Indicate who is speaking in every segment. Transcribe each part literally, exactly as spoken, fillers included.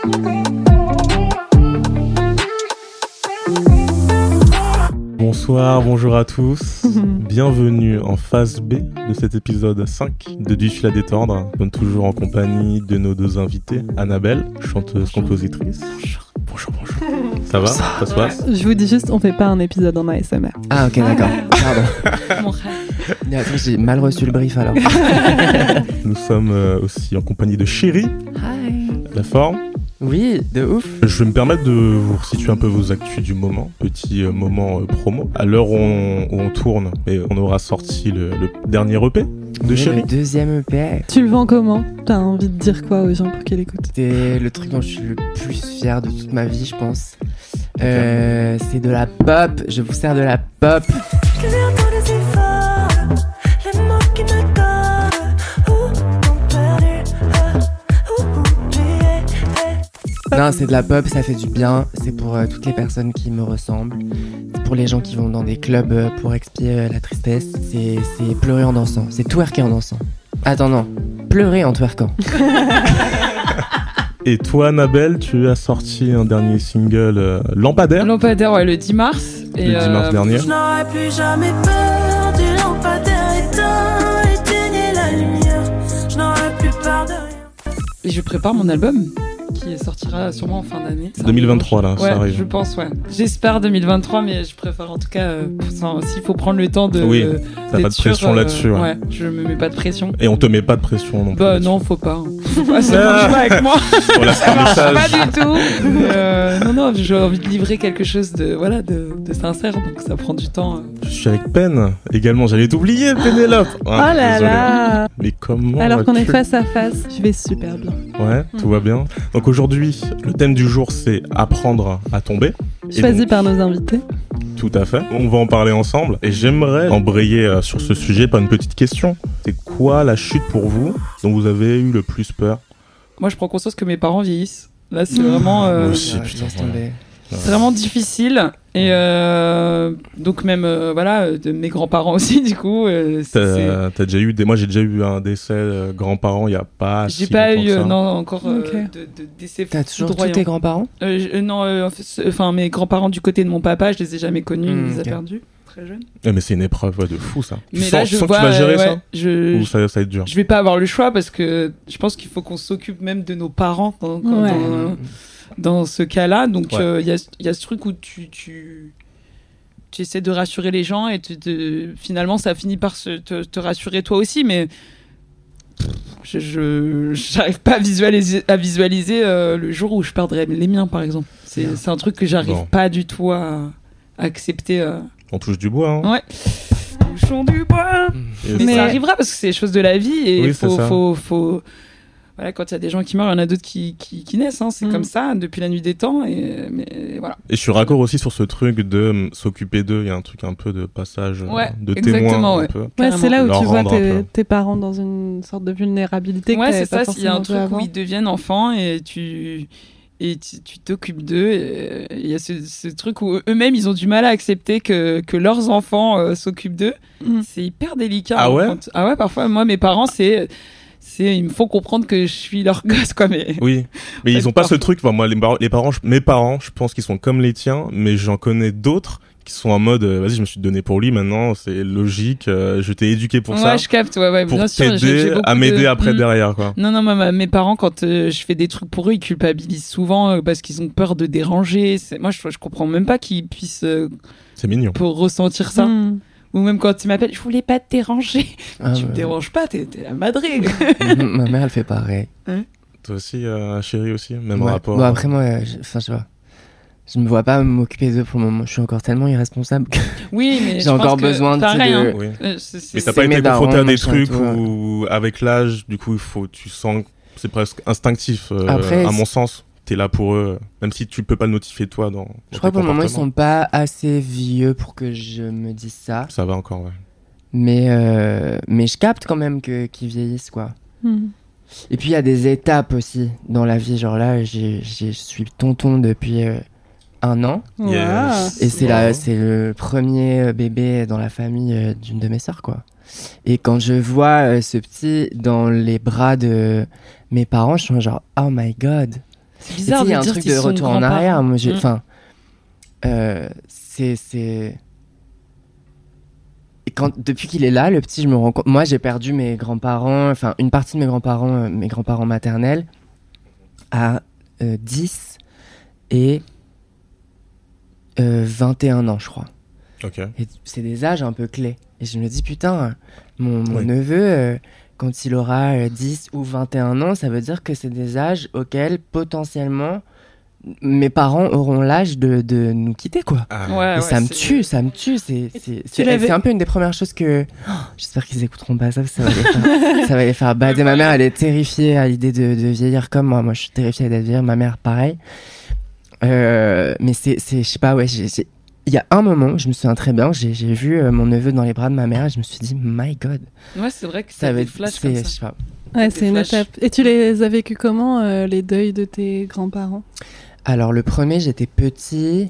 Speaker 1: Bonsoir, bonjour à tous. Bienvenue en phase B de cet épisode cinq de Du fil à détordre, comme toujours en compagnie de nos deux invités, Annabelle, chanteuse-compositrice. Bonjour. Bonjour, bonjour. Ça va ? Ça, ça se passe ?
Speaker 2: Je vous dis juste, on fait pas un épisode en A S M R.
Speaker 3: Ah ok, d'accord. Pardon. Mon rêve. Attends, j'ai mal reçu le brief alors.
Speaker 1: Nous sommes euh, aussi en compagnie de Chérie.
Speaker 3: Hi.
Speaker 1: La forme ?
Speaker 3: Oui, de ouf.
Speaker 1: Je vais me permettre de vous resituer un peu vos actus du moment, petit euh, moment euh, promo. À l'heure où on, où on tourne, et on aura sorti le, le dernier E P de
Speaker 3: Oui,
Speaker 1: Chérie.
Speaker 3: le deuxième E P.
Speaker 2: Tu le vends comment ? T'as envie de dire quoi aux gens pour qu'ils l'écoutent ?
Speaker 3: C'est le truc dont je suis le plus fier de toute ma vie, je pense. Euh, c'est de la pop. Je vous sers de la pop. Non, c'est de la pop, ça fait du bien. C'est pour euh, toutes les personnes qui me ressemblent. C'est pour les gens qui vont dans des clubs euh, pour expier euh, la tristesse. C'est, c'est pleurer en dansant. C'est twerker en dansant. Attends, non. Pleurer en twerkant.
Speaker 1: Et toi, Annabelle, tu as sorti un dernier single, euh, Lampadaire.
Speaker 4: Lampadaire, ouais, le dix mars. Et
Speaker 1: le dix mars
Speaker 4: euh,
Speaker 1: dernier.
Speaker 5: Je n'aurais plus jamais peur du lampadaire éteint, éteignez la lumière. Je n'aurais plus peur de rien.
Speaker 4: Et je prépare mon album qui sortira sûrement en fin d'année.
Speaker 1: deux mille vingt-trois, là,
Speaker 4: ouais,
Speaker 1: ça arrive.
Speaker 4: Je pense, ouais. J'espère deux mille vingt-trois, mais je préfère en tout cas, euh, sans- s'il faut prendre le temps de.
Speaker 1: Oui,
Speaker 4: euh,
Speaker 1: t'as pas de
Speaker 4: sûr,
Speaker 1: pression
Speaker 4: euh,
Speaker 1: là-dessus. Ouais.
Speaker 4: Ouais, je me mets pas de pression.
Speaker 1: Et on te met pas de pression non plus.
Speaker 4: Bah
Speaker 1: là-dessus.
Speaker 4: non, faut pas. hein. Faut pas, ça marche pas avec moi.
Speaker 1: Voilà, c'est un
Speaker 4: Pas
Speaker 1: message.
Speaker 4: du tout. Euh, non, non, j'ai envie de livrer quelque chose de, voilà, de, de sincère, donc ça prend du temps. euh.
Speaker 1: Je suis avec Pen également. J'allais t'oublier, Pénélope.
Speaker 2: Oh là
Speaker 1: désolé.
Speaker 2: là.
Speaker 1: Mais comment
Speaker 2: Alors qu'on est
Speaker 1: vas-tu ?
Speaker 2: face à face, je vais super bien.
Speaker 1: Ouais, tout va bien. Donc aujourd'hui, le thème du jour, c'est apprendre à tomber. Et
Speaker 2: Choisi
Speaker 1: donc,
Speaker 2: par nos invités.
Speaker 1: Tout à fait. On va en parler ensemble. Et j'aimerais embrayer euh, sur ce sujet par une petite question. C'est quoi la chute pour vous dont vous avez eu le plus peur ?
Speaker 4: Moi, je prends conscience que mes parents vieillissent. Là, c'est vraiment. euh,
Speaker 1: Moi aussi,
Speaker 3: Ouais,
Speaker 1: putain.
Speaker 3: laisse tomber.
Speaker 4: C'est vraiment difficile. Et euh, donc même euh, voilà de mes grands-parents aussi du coup. Euh, c'est-
Speaker 1: T'as, t'as déjà eu des... Moi, j'ai déjà eu un décès euh, grands-parents il y a pas.
Speaker 4: J'ai
Speaker 1: si
Speaker 4: pas
Speaker 1: longtemps
Speaker 4: eu
Speaker 1: que ça.
Speaker 4: euh, non encore euh,
Speaker 2: Ok.
Speaker 4: de, de décès
Speaker 3: T'as toujours tous
Speaker 4: foudroyants.
Speaker 3: tes grands-parents ?
Speaker 4: Euh, je- euh, non, euh, enfin mes grands-parents du côté de mon papa, je les ai jamais connus,
Speaker 3: Mmh,
Speaker 4: il les a
Speaker 3: ok.
Speaker 4: perdus très jeunes.
Speaker 1: Eh, mais c'est une épreuve ouais, de fou ça. Tu
Speaker 4: Mais
Speaker 1: sens,
Speaker 4: là
Speaker 1: tu
Speaker 4: je
Speaker 1: sens
Speaker 4: vois,
Speaker 1: que tu vas gérer
Speaker 4: euh, ouais,
Speaker 1: ça
Speaker 4: je,
Speaker 1: Ou ça, ça va être dur.
Speaker 4: je vais pas avoir le choix parce que je pense qu'il faut qu'on s'occupe même de nos parents dans, quand-
Speaker 2: Ouais.
Speaker 4: dans, dans ce cas-là. Donc il
Speaker 1: Ouais.
Speaker 4: euh, y, a, y a ce truc où tu, tu, tu essaies de rassurer les gens et te, te- finalement ça finit par se, te, te rassurer toi aussi. Mais je, je j'arrive pas à visualiser, à visualiser euh, le jour où je perdrai les miens par exemple. C'est, c'est un truc que j'arrive
Speaker 1: Bon.
Speaker 4: pas du tout à, à accepter. euh.
Speaker 1: On touche du bois. Hein.
Speaker 4: Ouais. Touchons du bois.
Speaker 1: Et
Speaker 4: Mais,
Speaker 2: Mais-
Speaker 4: ça arrivera parce que c'est des choses de la vie et
Speaker 1: Oui,
Speaker 4: il
Speaker 1: c'est
Speaker 4: faut,
Speaker 1: ça.
Speaker 4: faut, faut... Voilà, quand il y a des gens qui meurent, il y en a d'autres qui, qui, qui naissent. Hein. C'est
Speaker 2: Mm.
Speaker 4: comme ça depuis la nuit des temps. Et, mais voilà.
Speaker 1: Et je suis raccord aussi sur ce truc de hum, s'occuper d'eux. Il y a un truc un peu de passage, euh,
Speaker 4: Ouais,
Speaker 1: de
Speaker 4: exactement,
Speaker 1: témoin.
Speaker 4: ouais.
Speaker 1: Un peu.
Speaker 2: Ouais,
Speaker 4: Carrément.
Speaker 2: c'est là où
Speaker 1: Leur
Speaker 2: tu vois
Speaker 1: rendre un
Speaker 2: tes,
Speaker 1: peu.
Speaker 2: tes parents dans une sorte de vulnérabilité que
Speaker 4: Ouais,
Speaker 2: t'avais
Speaker 4: c'est
Speaker 2: pas
Speaker 4: ça. S'il y a un
Speaker 2: forcément
Speaker 4: truc
Speaker 2: vu
Speaker 4: où
Speaker 2: avant.
Speaker 4: ils deviennent enfants et tu et tu, tu t'occupes d'eux. et Il y a ce, ce truc où eux-mêmes ils ont du mal à accepter que, que leurs enfants euh, s'occupent d'eux.
Speaker 2: Mm.
Speaker 4: C'est hyper délicat.
Speaker 1: Ah
Speaker 4: hein,
Speaker 1: ouais
Speaker 4: quand- Ah ouais, parfois moi mes parents c'est c'est ils me font comprendre que je suis leur gosse quoi. Mais
Speaker 1: Oui, mais
Speaker 4: Ouais,
Speaker 1: ils ont pas ce
Speaker 4: parfois.
Speaker 1: truc. Enfin, moi, les, par- les parents, je- mes parents, je pense qu'ils sont comme les tiens, mais j'en connais d'autres qui sont en mode, euh, vas-y, je me suis donné pour lui, maintenant, c'est logique, euh, je t'ai éduqué pour
Speaker 4: ouais,
Speaker 1: ça,
Speaker 4: je capte. Ouais, ouais,
Speaker 1: pour
Speaker 4: bien sûr. j'ai- j'ai
Speaker 1: t'aider
Speaker 4: beaucoup
Speaker 1: à m'aider
Speaker 4: de-
Speaker 1: après
Speaker 4: Mm.
Speaker 1: derrière, quoi.
Speaker 4: Non, non, moi, ma- mes parents, quand euh, je fais des trucs pour eux, ils culpabilisent souvent euh, parce qu'ils ont peur de déranger. C'est... Moi, je, je comprends même pas qu'ils puissent euh,
Speaker 1: C'est mignon.
Speaker 4: pour ressentir ça.
Speaker 2: Mm.
Speaker 4: Ou même quand ils m'appellent, je voulais pas te déranger.
Speaker 3: Ah,
Speaker 4: tu
Speaker 3: ouais.
Speaker 4: me déranges pas, t'es, t'es la madrée.
Speaker 3: Ma mère, elle fait pareil.
Speaker 1: Toi aussi, euh, chérie aussi, même
Speaker 3: Ouais.
Speaker 1: rapport.
Speaker 3: Bon, après, moi, euh, je- enfin, je vois. Je me vois pas m'occuper d'eux pour le moment. Je suis encore tellement irresponsable que
Speaker 4: Oui, mais
Speaker 3: j'ai
Speaker 4: je pense
Speaker 3: encore
Speaker 4: que
Speaker 3: besoin de,
Speaker 4: pareil,
Speaker 3: de-
Speaker 4: hein.
Speaker 1: Oui.
Speaker 4: Euh, c'est- c'est-
Speaker 1: Mais t'as
Speaker 3: c'est
Speaker 1: pas été
Speaker 3: mes darons,
Speaker 1: confronté à des
Speaker 3: machin,
Speaker 1: trucs
Speaker 3: tout, ouais.
Speaker 1: où, avec l'âge, du coup, il faut, tu sens, que c'est presque instinctif, euh,
Speaker 3: Après,
Speaker 1: à
Speaker 3: c'est-
Speaker 1: mon sens. T'es là pour eux, même si tu peux pas le notifier toi dans, dans
Speaker 3: Je crois
Speaker 1: tes
Speaker 3: que pour le moment, ils
Speaker 1: comportements.
Speaker 3: sont pas assez vieux pour que je me dise ça.
Speaker 1: Ça va encore, ouais.
Speaker 3: Mais, euh, mais je capte quand même que, qu'ils vieillissent, quoi.
Speaker 2: Mm.
Speaker 3: Et puis, il y a des étapes aussi dans la vie. Genre là, j'ai, j'ai- je suis tonton depuis euh, un an.
Speaker 1: Yes.
Speaker 3: Et c'est,
Speaker 1: Bravo.
Speaker 3: la, c'est le premier bébé dans la famille euh, d'une de mes sœurs, quoi. Et quand je vois euh, ce petit dans les bras de mes parents, je suis genre, oh my god.
Speaker 4: C'est
Speaker 3: Et tu sais,
Speaker 4: bizarre
Speaker 3: il y a un
Speaker 4: de dire
Speaker 3: truc
Speaker 4: qu'ils
Speaker 3: de
Speaker 4: sont
Speaker 3: retour en
Speaker 4: grands-parents.
Speaker 3: arrière. Moi, j'ai,
Speaker 4: Mm.
Speaker 3: enfin, euh, c'est, c'est. Et quand, depuis qu'il est là, le petit, je me rends compte. Moi, j'ai perdu mes grands-parents, enfin, une partie de mes grands-parents, euh, mes grands-parents maternels, à euh, dix et euh, vingt et un ans, je crois.
Speaker 1: Ok.
Speaker 3: Et c'est des âges un peu clés. Et je me dis, putain, mon, mon
Speaker 1: Oui.
Speaker 3: neveu, euh, quand il aura euh, dix ou vingt et un ans, ça veut dire que c'est des âges auxquels, potentiellement, mes parents auront l'âge de, de nous quitter, quoi.
Speaker 1: Ah,
Speaker 4: Ouais,
Speaker 3: Et
Speaker 4: ouais,
Speaker 3: ça me
Speaker 4: c'est-
Speaker 3: tue, ça me tue. C'est, c'est, c'est,
Speaker 2: l'avais-
Speaker 3: c'est un peu une des premières choses que. Oh, j'espère qu'ils écouteront pas ça, parce que ça va les faire, ça va les faire bader. Ma mère, elle est terrifiée à l'idée de, de vieillir comme moi. Moi, je suis terrifiée d'être vieille. Ma mère, pareil. Euh, mais c'est, c'est, je sais pas, ouais, j'ai, j'ai- il y a un moment, je me souviens très bien, j'ai, j'ai vu euh, mon neveu dans les bras de ma mère et je me suis dit, my God.
Speaker 4: Ouais, c'est vrai que
Speaker 3: Ça
Speaker 4: ça
Speaker 3: va
Speaker 4: des
Speaker 3: être,
Speaker 4: flashs
Speaker 3: c'est,
Speaker 4: comme
Speaker 3: je
Speaker 4: ça.
Speaker 3: sais pas.
Speaker 2: Ouais,
Speaker 4: Des
Speaker 2: c'est une
Speaker 4: flashs.
Speaker 2: étape. Et tu les as vécus comment, euh, les deuils de tes grands-parents?
Speaker 3: Alors, le premier, j'étais petit.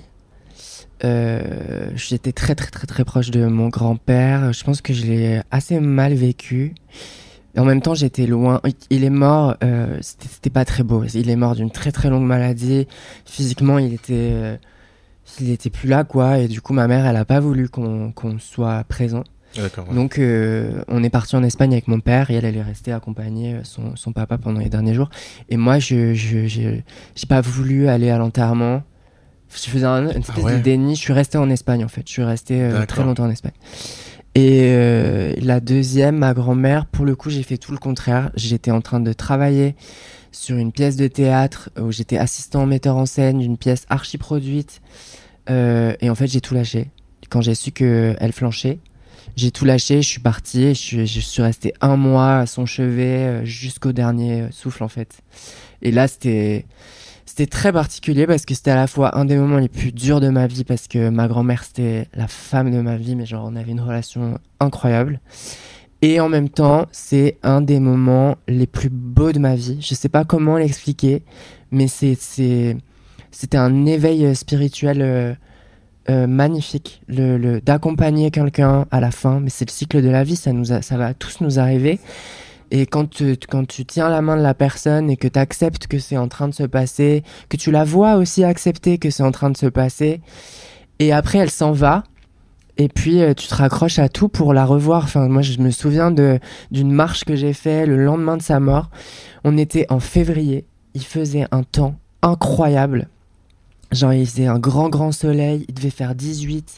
Speaker 3: Euh, j'étais très, très, très, très proche de mon grand-père. Je pense que je l'ai assez mal vécu. Et en même temps, j'étais loin. Il est mort, euh, c'était, c'était pas très beau. Il est mort d'une très, très longue maladie. Physiquement, il était, euh, il était plus là, quoi. Et du coup, ma mère, elle a pas voulu qu'on, qu'on soit présent.
Speaker 1: D'accord. ouais.
Speaker 3: Donc, euh, on est parti en Espagne avec mon père et elle, elle est restée accompagner son, son papa pendant les derniers jours. Et moi, je, je, je, j'ai pas voulu aller à l'enterrement. Je faisais un, une espèce
Speaker 1: Ah ouais.
Speaker 3: de déni. Je suis resté en Espagne, en fait. Je suis resté euh,
Speaker 1: D'accord.
Speaker 3: très longtemps en Espagne. Et euh, la deuxième, ma grand-mère, pour le coup, j'ai fait tout le contraire. J'étais en train de travailler sur une pièce de théâtre où j'étais assistant metteur en scène d'une pièce archi-produite. Euh, et en fait, j'ai tout lâché. Quand j'ai su qu'elle flanchait, j'ai tout lâché, je suis parti, et je suis, je suis resté un mois à son chevet euh, jusqu'au dernier euh, souffle en fait. Et là c'était c'était très particulier parce que c'était à la fois un des moments les plus durs de ma vie parce que ma grand-mère c'était la femme de ma vie, mais genre on avait une relation incroyable. Et en même temps c'est un des moments les plus beaux de ma vie. Je sais pas comment l'expliquer, mais c'est c'est c'était un éveil euh, spirituel. Euh, Euh, magnifique le, le, d'accompagner quelqu'un à la fin, mais c'est le cycle de la vie, ça, nous a, ça va tous nous arriver. Et quand tu, quand tu tiens la main de la personne et que tu acceptes que c'est en train de se passer, que tu la vois aussi accepter que c'est en train de se passer, et après elle s'en va, et puis euh, tu te raccroches à tout pour la revoir. Enfin, moi je me souviens de, d'une marche que j'ai fait le lendemain de sa mort. On était en février, il faisait un temps incroyable. Genre, il faisait un grand, grand soleil, il devait faire dix-huit.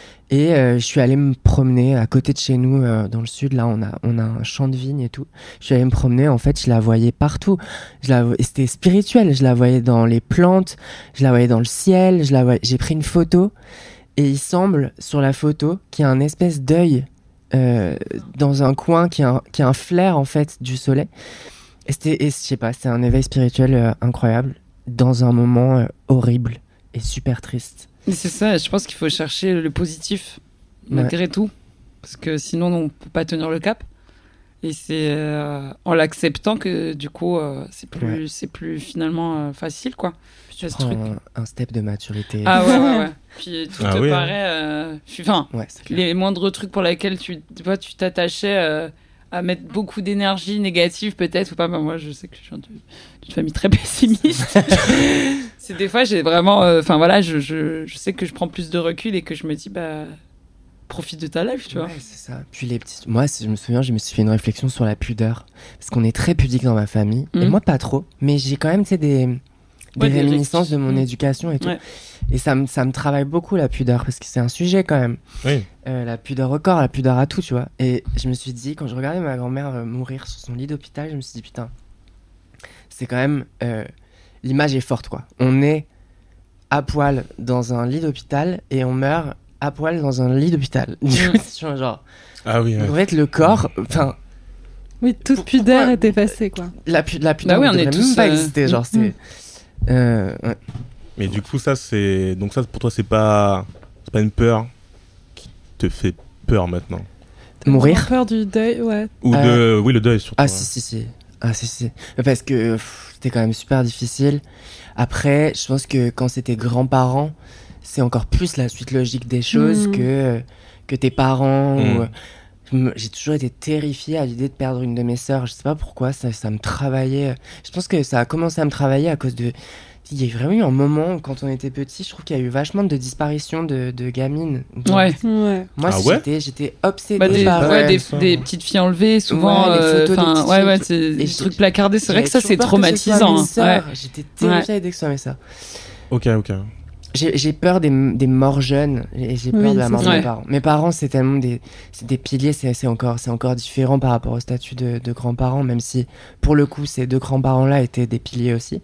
Speaker 3: Et euh, je suis allée me promener à côté de chez nous, euh, dans le sud. Là, on a, on a un champ de vigne et tout. Je suis allée me promener. En fait, je la voyais partout. Je la, et c'était spirituel. Je la voyais dans les plantes, je la voyais dans le ciel. Je la voyais... J'ai pris une photo. Et il semble, sur la photo, qu'il y a un espèce d'œil euh, dans un coin, qui a un, qui a un flair, en fait, du soleil. Et c'était, et je sais pas, c'est un éveil spirituel euh, incroyable. Dans un moment euh, horrible et super triste.
Speaker 4: Mais c'est ça, je pense qu'il faut chercher le positif, malgré tout. Parce que sinon, on peut pas tenir le cap. Et c'est euh, en l'acceptant que, du coup, euh, c'est, plus,
Speaker 3: Ouais.
Speaker 4: c'est plus finalement euh, facile, quoi.
Speaker 3: Tu
Speaker 4: Ce
Speaker 3: prends
Speaker 4: truc.
Speaker 3: un, un step de maturité.
Speaker 4: Ah ouais, ouais, ouais. Puis tout
Speaker 1: Ah
Speaker 4: te
Speaker 1: oui, hein.
Speaker 4: paraît... euh, Enfin,
Speaker 3: Ouais, c'est clair.
Speaker 4: les moindres trucs pour lesquels tu, tu vois, tu t'attachais euh, à mettre beaucoup d'énergie négative peut-être ou pas. Bah, moi je sais que je viens d'une, d'une famille très pessimiste. C'est des fois j'ai vraiment enfin euh, voilà je, je, je sais que je prends plus de recul et que je me dis bah profite de ta life, tu vois.
Speaker 3: Ouais, c'est ça. Puis les petites. Moi, je me souviens, je me suis fait une réflexion sur la pudeur. Parce qu'on est très pudique dans ma famille.
Speaker 4: Mhm.
Speaker 3: Et moi, pas trop. Mais j'ai quand même, tu sais, des, des
Speaker 4: Ouais, des
Speaker 3: réminiscences de mon
Speaker 4: Mhm.
Speaker 3: éducation et tout.
Speaker 4: Ouais.
Speaker 3: Et ça me, ça me travaille beaucoup, la pudeur. Parce que c'est un sujet, quand même.
Speaker 1: Oui.
Speaker 3: Euh, la pudeur au corps, la pudeur à tout, tu vois. Et je me suis dit, quand je regardais ma grand-mère euh, mourir sur son lit d'hôpital, je me suis dit, putain, c'est quand même. Euh, l'image est forte, quoi. On est à poil dans un lit d'hôpital et on meurt à poil dans un lit d'hôpital. Du coup, c'est genre.
Speaker 1: Ah oui, ouais.
Speaker 3: En fait, le corps. Enfin,
Speaker 2: Oui, toute
Speaker 3: Pourquoi-
Speaker 2: pudeur est effacée, quoi.
Speaker 3: la, pu- la pudeur
Speaker 4: Bah oui,
Speaker 3: ne
Speaker 4: on est
Speaker 3: devrait
Speaker 4: tous,
Speaker 3: même pas
Speaker 4: euh,
Speaker 3: exister. Genre, c'est.
Speaker 2: mm.
Speaker 3: Euh, ouais.
Speaker 1: Mais du coup, ça, c'est. Donc, ça, pour toi, c'est pas. C'est pas une peur qui te fait peur maintenant.
Speaker 3: Mourir.
Speaker 2: Avoir peur du deuil, ouais.
Speaker 1: Ou
Speaker 3: Euh,
Speaker 1: de. Oui, le deuil surtout.
Speaker 3: Ah,
Speaker 1: ouais.
Speaker 3: si, si, si. Ah, si, si. Parce que pff, c'était quand même super difficile. Après, je pense que quand c'était grands-parents, c'est encore plus la suite logique des choses
Speaker 2: Mm.
Speaker 3: que, que tes parents.
Speaker 1: Mm.
Speaker 3: Ou, me- j'ai toujours été terrifiée à l'idée de perdre une de mes sœurs. Je sais pas pourquoi, ça, ça me travaillait. Je pense que ça a commencé à me travailler à cause de. Il y a vraiment eu un moment où, quand on était petit, je trouve qu'il y a eu vachement de disparitions de, de gamines.
Speaker 4: Ouais.
Speaker 2: Ouais.
Speaker 3: Moi,
Speaker 1: Ah ouais
Speaker 3: j'étais, j'étais obsédée
Speaker 4: Bah, des,
Speaker 3: par.
Speaker 4: ouais,
Speaker 1: ouais,
Speaker 4: des,
Speaker 1: ça.
Speaker 4: des petites filles enlevées, souvent.
Speaker 3: Ouais, les
Speaker 4: euh,
Speaker 3: photos de
Speaker 4: enfin,
Speaker 3: petites
Speaker 4: ouais,
Speaker 3: filles.
Speaker 4: ouais, c'est
Speaker 3: Et
Speaker 4: des
Speaker 3: j'ai-
Speaker 4: trucs placardés. C'est vrai que ça,
Speaker 3: J'avais
Speaker 4: c'est
Speaker 3: toujours peur que ce soit
Speaker 4: traumatisant.
Speaker 3: mes
Speaker 4: hein.
Speaker 3: sœurs.
Speaker 4: Ouais.
Speaker 3: J'étais terrifiée à l'idée que ce soit mes sœurs.
Speaker 1: Ok, ok.
Speaker 3: J'ai, j'ai peur des, des morts jeunes et j'ai peur
Speaker 2: Oui,
Speaker 3: de la
Speaker 2: c'est
Speaker 3: mort
Speaker 4: ça.
Speaker 3: de mes
Speaker 4: Ouais.
Speaker 3: parents. Mes parents, c'est tellement des, c'est des piliers, c'est, c'est, encore, c'est encore différent par rapport au statut de, de grands-parents, même si, pour le coup, ces deux grands-parents-là étaient des piliers aussi.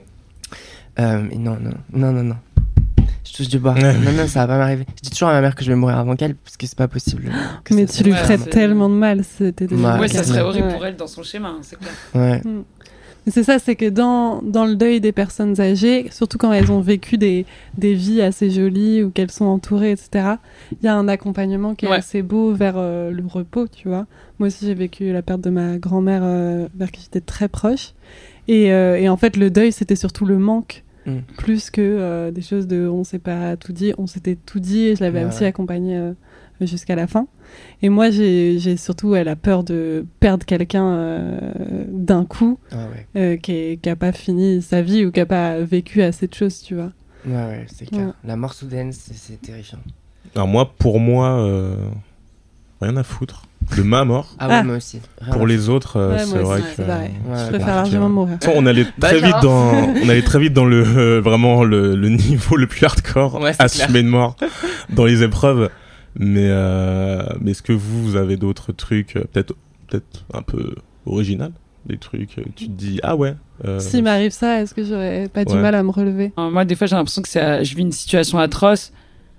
Speaker 3: Euh, mais non, non, non, non, non. Je touche du bois.
Speaker 1: Ouais.
Speaker 3: Non, non, ça va pas m'arriver. Je dis toujours à ma mère que je vais mourir avant qu'elle, parce que c'est pas possible. que
Speaker 2: Mais
Speaker 3: ça-
Speaker 2: tu lui
Speaker 4: Ouais,
Speaker 2: ferais
Speaker 4: c'est-
Speaker 2: tellement de mal. C'était déjà
Speaker 3: Ouais,
Speaker 4: Ouais, ça
Speaker 3: carrément.
Speaker 4: serait horrible
Speaker 2: Ouais.
Speaker 4: pour elle dans son schéma, hein, c'est clair.
Speaker 3: Ouais.
Speaker 2: Mais c'est ça, c'est que dans, dans le deuil des personnes âgées, surtout quand elles ont vécu des, des vies assez jolies ou qu'elles sont entourées, et cetera, il y a un accompagnement qui est
Speaker 4: Ouais.
Speaker 2: assez beau vers euh, le repos, tu vois. Moi aussi, j'ai vécu la perte de ma grand-mère euh, vers qui j'étais très proche. Et, euh, et en fait, le deuil, c'était surtout le manque,
Speaker 3: Mm.
Speaker 2: plus que euh, des choses de on s'est pas tout dit, on s'était tout dit, et je l'avais
Speaker 3: Ouais,
Speaker 2: aussi
Speaker 3: ouais.
Speaker 2: accompagnée euh, jusqu'à la fin. Et moi, j'ai j'ai surtout elle a peur de perdre quelqu'un euh, d'un coup.
Speaker 3: Ah ouais.
Speaker 2: Euh, qui n'a pas fini sa vie ou qui n'a pas vécu assez de choses, tu vois.
Speaker 3: Ouais, ouais, c'est clair.
Speaker 2: Ouais.
Speaker 3: La mort soudaine, c'est, c'est terrifiant.
Speaker 1: Alors moi, pour moi, euh, rien à foutre de ma mort.
Speaker 3: Ah ouais,
Speaker 2: Ah.
Speaker 3: moi aussi. Rien
Speaker 1: Pour
Speaker 3: à
Speaker 1: les autres, euh,
Speaker 2: Ouais,
Speaker 1: c'est
Speaker 2: moi
Speaker 1: vrai
Speaker 2: aussi,
Speaker 1: que.
Speaker 2: c'est pareil.
Speaker 3: Ouais,
Speaker 2: Je
Speaker 3: ouais,
Speaker 2: préfère
Speaker 1: bah,
Speaker 2: largement
Speaker 1: ok.
Speaker 2: mourir.
Speaker 1: De toute façon, on allait
Speaker 3: Bah,
Speaker 1: très vite
Speaker 3: genre.
Speaker 1: dans, on allait très vite dans le euh, vraiment le, le niveau le plus hardcore,
Speaker 3: Ouais, c'est
Speaker 1: assumer une mort dans les épreuves. Mais euh, mais est-ce que vous, vous avez d'autres trucs, euh, peut-être peut-être un peu original, des trucs, euh, tu te dis ah ouais. Euh,
Speaker 2: S'il m'arrive ça, est-ce que j'aurais pas du
Speaker 1: Ouais.
Speaker 2: mal à me relever?
Speaker 4: Euh, Moi, des fois, j'ai l'impression que c'est, je vis une situation atroce,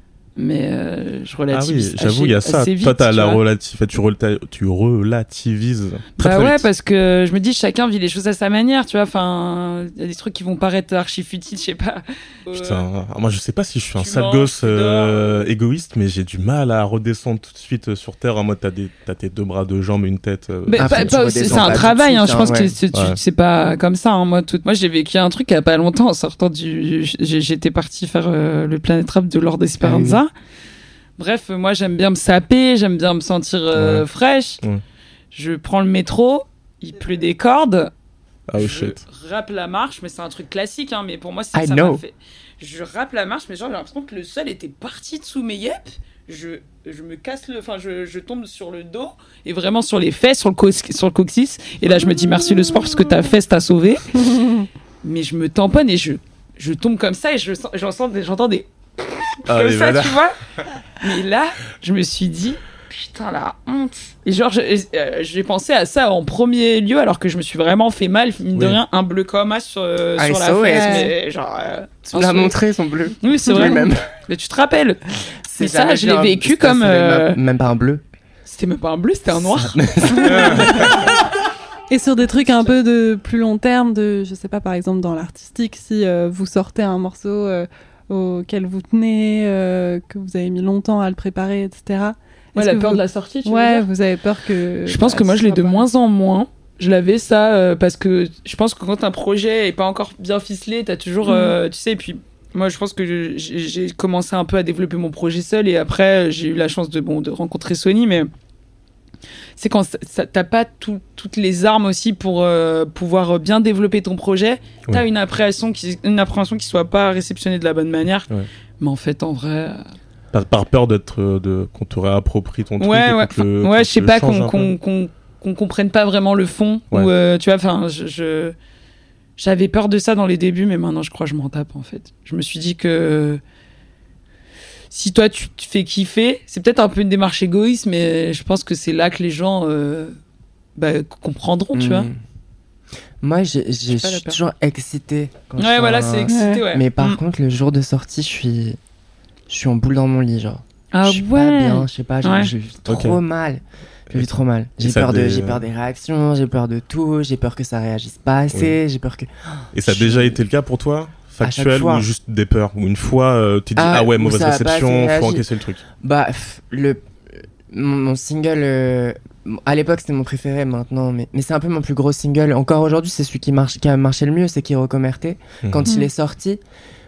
Speaker 4: mais euh, je
Speaker 1: Ah
Speaker 4: relativise.
Speaker 1: oui, j'avoue, il y a
Speaker 4: assez-
Speaker 1: ça.
Speaker 4: assez vite,
Speaker 1: Toi, t'as
Speaker 4: tu
Speaker 1: la
Speaker 4: vois.
Speaker 1: relative, tu, relata- tu relativises très
Speaker 4: Bah
Speaker 1: très
Speaker 4: ouais,
Speaker 1: vite.
Speaker 4: parce que je me dis chacun vit les choses à sa manière, tu vois. Enfin, il y a des trucs qui vont paraître archi futiles, je sais pas.
Speaker 1: Putain, ah, moi je sais pas si je suis un
Speaker 4: tu
Speaker 1: sale
Speaker 4: manges,
Speaker 1: gosse
Speaker 4: tu dors.
Speaker 1: euh, égoïste, mais j'ai du mal à redescendre tout de suite euh, sur terre en mode t'as, des, t'as tes deux bras, deux jambes, une tête. euh,
Speaker 4: Mais
Speaker 3: Après,
Speaker 4: pas-
Speaker 3: tu
Speaker 4: pas aussi-
Speaker 3: redescends
Speaker 4: c'est un
Speaker 3: pas tout de
Speaker 4: travail,
Speaker 3: suite,
Speaker 4: hein, je
Speaker 3: hein,
Speaker 4: pense
Speaker 3: ouais.
Speaker 4: que c'est, tu-
Speaker 1: Ouais.
Speaker 4: c'est pas comme ça. Hein, moi, toute, moi, j'ai vécu un truc il y a pas longtemps en sortant du. j'ai- J'étais partie faire euh, le Planet Rap de Lord Esperanza. Bref, euh, moi, j'aime bien me saper, j'aime bien me sentir euh,
Speaker 1: Ouais.
Speaker 4: fraîche.
Speaker 1: Ouais.
Speaker 4: Je prends le métro, il pleut des cordes.
Speaker 1: Ah oh,
Speaker 4: je
Speaker 1: shit.
Speaker 4: rappe la marche, mais c'est un truc classique, hein, mais pour moi, c'est
Speaker 3: I
Speaker 4: ça
Speaker 3: know.
Speaker 4: m'a fait. Je rappe la marche, mais genre, j'ai l'impression que le sol était parti dessous mes yep. Je, je me casse le. Enfin, je, je tombe sur le dos et vraiment sur les fesses, sur le, cos- sur le coccyx. Et là, je me dis merci le sport parce que ta fesse t'a sauvé. Mais je me tamponne et je, je tombe comme ça et je sens, j'en sens des- j'entends des.
Speaker 1: Ah,
Speaker 4: comme
Speaker 1: mais
Speaker 4: ça,
Speaker 1: voilà.
Speaker 4: tu vois. Mais là, je me suis dit. Putain, la honte. Et genre, je- euh, j'ai pensé à ça en premier lieu, alors que je me suis vraiment fait mal, mine de
Speaker 1: Oui.
Speaker 4: rien, un bleu coma sur, euh,
Speaker 3: I
Speaker 4: sur la
Speaker 3: saw
Speaker 4: fesse.
Speaker 2: it.
Speaker 4: Mais genre. euh,
Speaker 3: Tu
Speaker 4: un
Speaker 3: l'as
Speaker 4: souhait.
Speaker 3: montré, son bleu.
Speaker 4: Oui, c'est vrai.
Speaker 3: Lui-même.
Speaker 4: Mais tu te rappelles.
Speaker 3: C'est
Speaker 4: Mais ça,
Speaker 3: jamais
Speaker 4: je l'ai
Speaker 3: vu un-
Speaker 4: vécu
Speaker 3: c'est-
Speaker 4: comme,
Speaker 3: c'est même
Speaker 4: euh,
Speaker 3: pas- Même pas un bleu.
Speaker 4: C'était même pas un bleu, c'était un noir.
Speaker 2: Et sur des trucs un peu de plus long terme, de, je sais pas, par exemple dans l'artistique, si euh, vous sortez un morceau euh, auquel vous tenez, euh, que vous avez mis longtemps à le préparer, et cetera.
Speaker 4: Ouais,
Speaker 2: Est-ce
Speaker 4: la
Speaker 2: que
Speaker 4: peur
Speaker 2: vous...
Speaker 4: de la sortie, tu veux
Speaker 2: Ouais,
Speaker 4: dire
Speaker 2: vous avez peur que.
Speaker 4: Je pense
Speaker 2: bah,
Speaker 4: que moi,
Speaker 2: ce
Speaker 4: je l'ai
Speaker 2: soit
Speaker 4: de
Speaker 2: pas-
Speaker 4: moins en moins. Je l'avais ça euh, parce que je pense que quand un projet est pas encore bien ficelé, t'as toujours,
Speaker 2: Mhm.
Speaker 4: euh, tu sais, et puis moi, je pense que je- j'ai j'ai commencé un peu à développer mon projet seul et après, j'ai eu la chance de, bon, de rencontrer Sony, mais c'est quand ça- ça- t'as pas tout- toutes les armes aussi pour euh, pouvoir bien développer ton projet. T'as
Speaker 1: Ouais.
Speaker 4: une appréhension qui, une appréhension qui soit pas réceptionnée de la bonne manière.
Speaker 1: Ouais.
Speaker 4: Mais en fait, en vrai,
Speaker 1: Par, par peur d'être, euh, de, qu'on te réapproprie ton truc.
Speaker 4: ouais,
Speaker 1: et
Speaker 4: ouais,
Speaker 1: qu'on te le-
Speaker 4: enfin,
Speaker 1: qu'on
Speaker 4: ouais,
Speaker 1: te
Speaker 4: je sais
Speaker 1: le
Speaker 4: pas
Speaker 1: change
Speaker 4: qu'on
Speaker 1: un
Speaker 4: qu'on
Speaker 1: peu.
Speaker 4: qu'on qu'on comprenne pas vraiment le fond
Speaker 1: Ouais.
Speaker 4: ou euh, tu vois, enfin, je, je- j'avais peur de ça dans les débuts, mais maintenant je crois que je m'en tape en fait. Je me suis dit que si toi tu te fais kiffer, c'est peut-être un peu une démarche égoïste, mais je pense que c'est là que les gens euh, bah, comprendront, tu vois.
Speaker 3: Hmm. Moi, j'ai- j'ai- je
Speaker 4: pas la
Speaker 3: suis
Speaker 4: peur.
Speaker 3: toujours excitée. quand je
Speaker 4: Ouais,
Speaker 3: fais
Speaker 4: voilà,
Speaker 3: un-
Speaker 4: c'est excité, ouais.
Speaker 3: Mais par
Speaker 4: Mm.
Speaker 3: contre, le jour de sortie, je suis, je suis en boule dans mon lit, genre.
Speaker 4: Ah
Speaker 3: je suis pas
Speaker 4: ouais.
Speaker 3: bien, je sais pas, je,
Speaker 4: Ouais.
Speaker 3: je vis trop
Speaker 1: Ok.
Speaker 3: mal. Je vis trop mal. J'ai
Speaker 1: ça
Speaker 3: peur, de,
Speaker 1: dé-
Speaker 3: j'ai peur des réactions, j'ai peur de tout, j'ai peur que ça réagisse pas assez, j'ai peur que.
Speaker 1: Et ça a
Speaker 3: Je-
Speaker 1: déjà été le cas pour toi?
Speaker 3: chaque
Speaker 1: Factuel
Speaker 3: fois.
Speaker 1: ou juste des peurs? Ou une fois, euh, tu dis
Speaker 3: Ah,
Speaker 1: ah ouais,
Speaker 3: où
Speaker 1: mauvaise
Speaker 3: ça a pas
Speaker 1: réception,
Speaker 3: assez
Speaker 1: faut
Speaker 3: réagi.
Speaker 1: encaisser le truc.
Speaker 3: Bah, pff, le, mon, mon single, euh, à l'époque c'était mon préféré maintenant, mais, mais c'est un peu mon plus gros single. Encore aujourd'hui, c'est celui qui, marche, qui a marché le mieux, c'est Kiroko Merte.
Speaker 1: Mhm.
Speaker 3: Quand il
Speaker 2: Mhm.
Speaker 3: est sorti,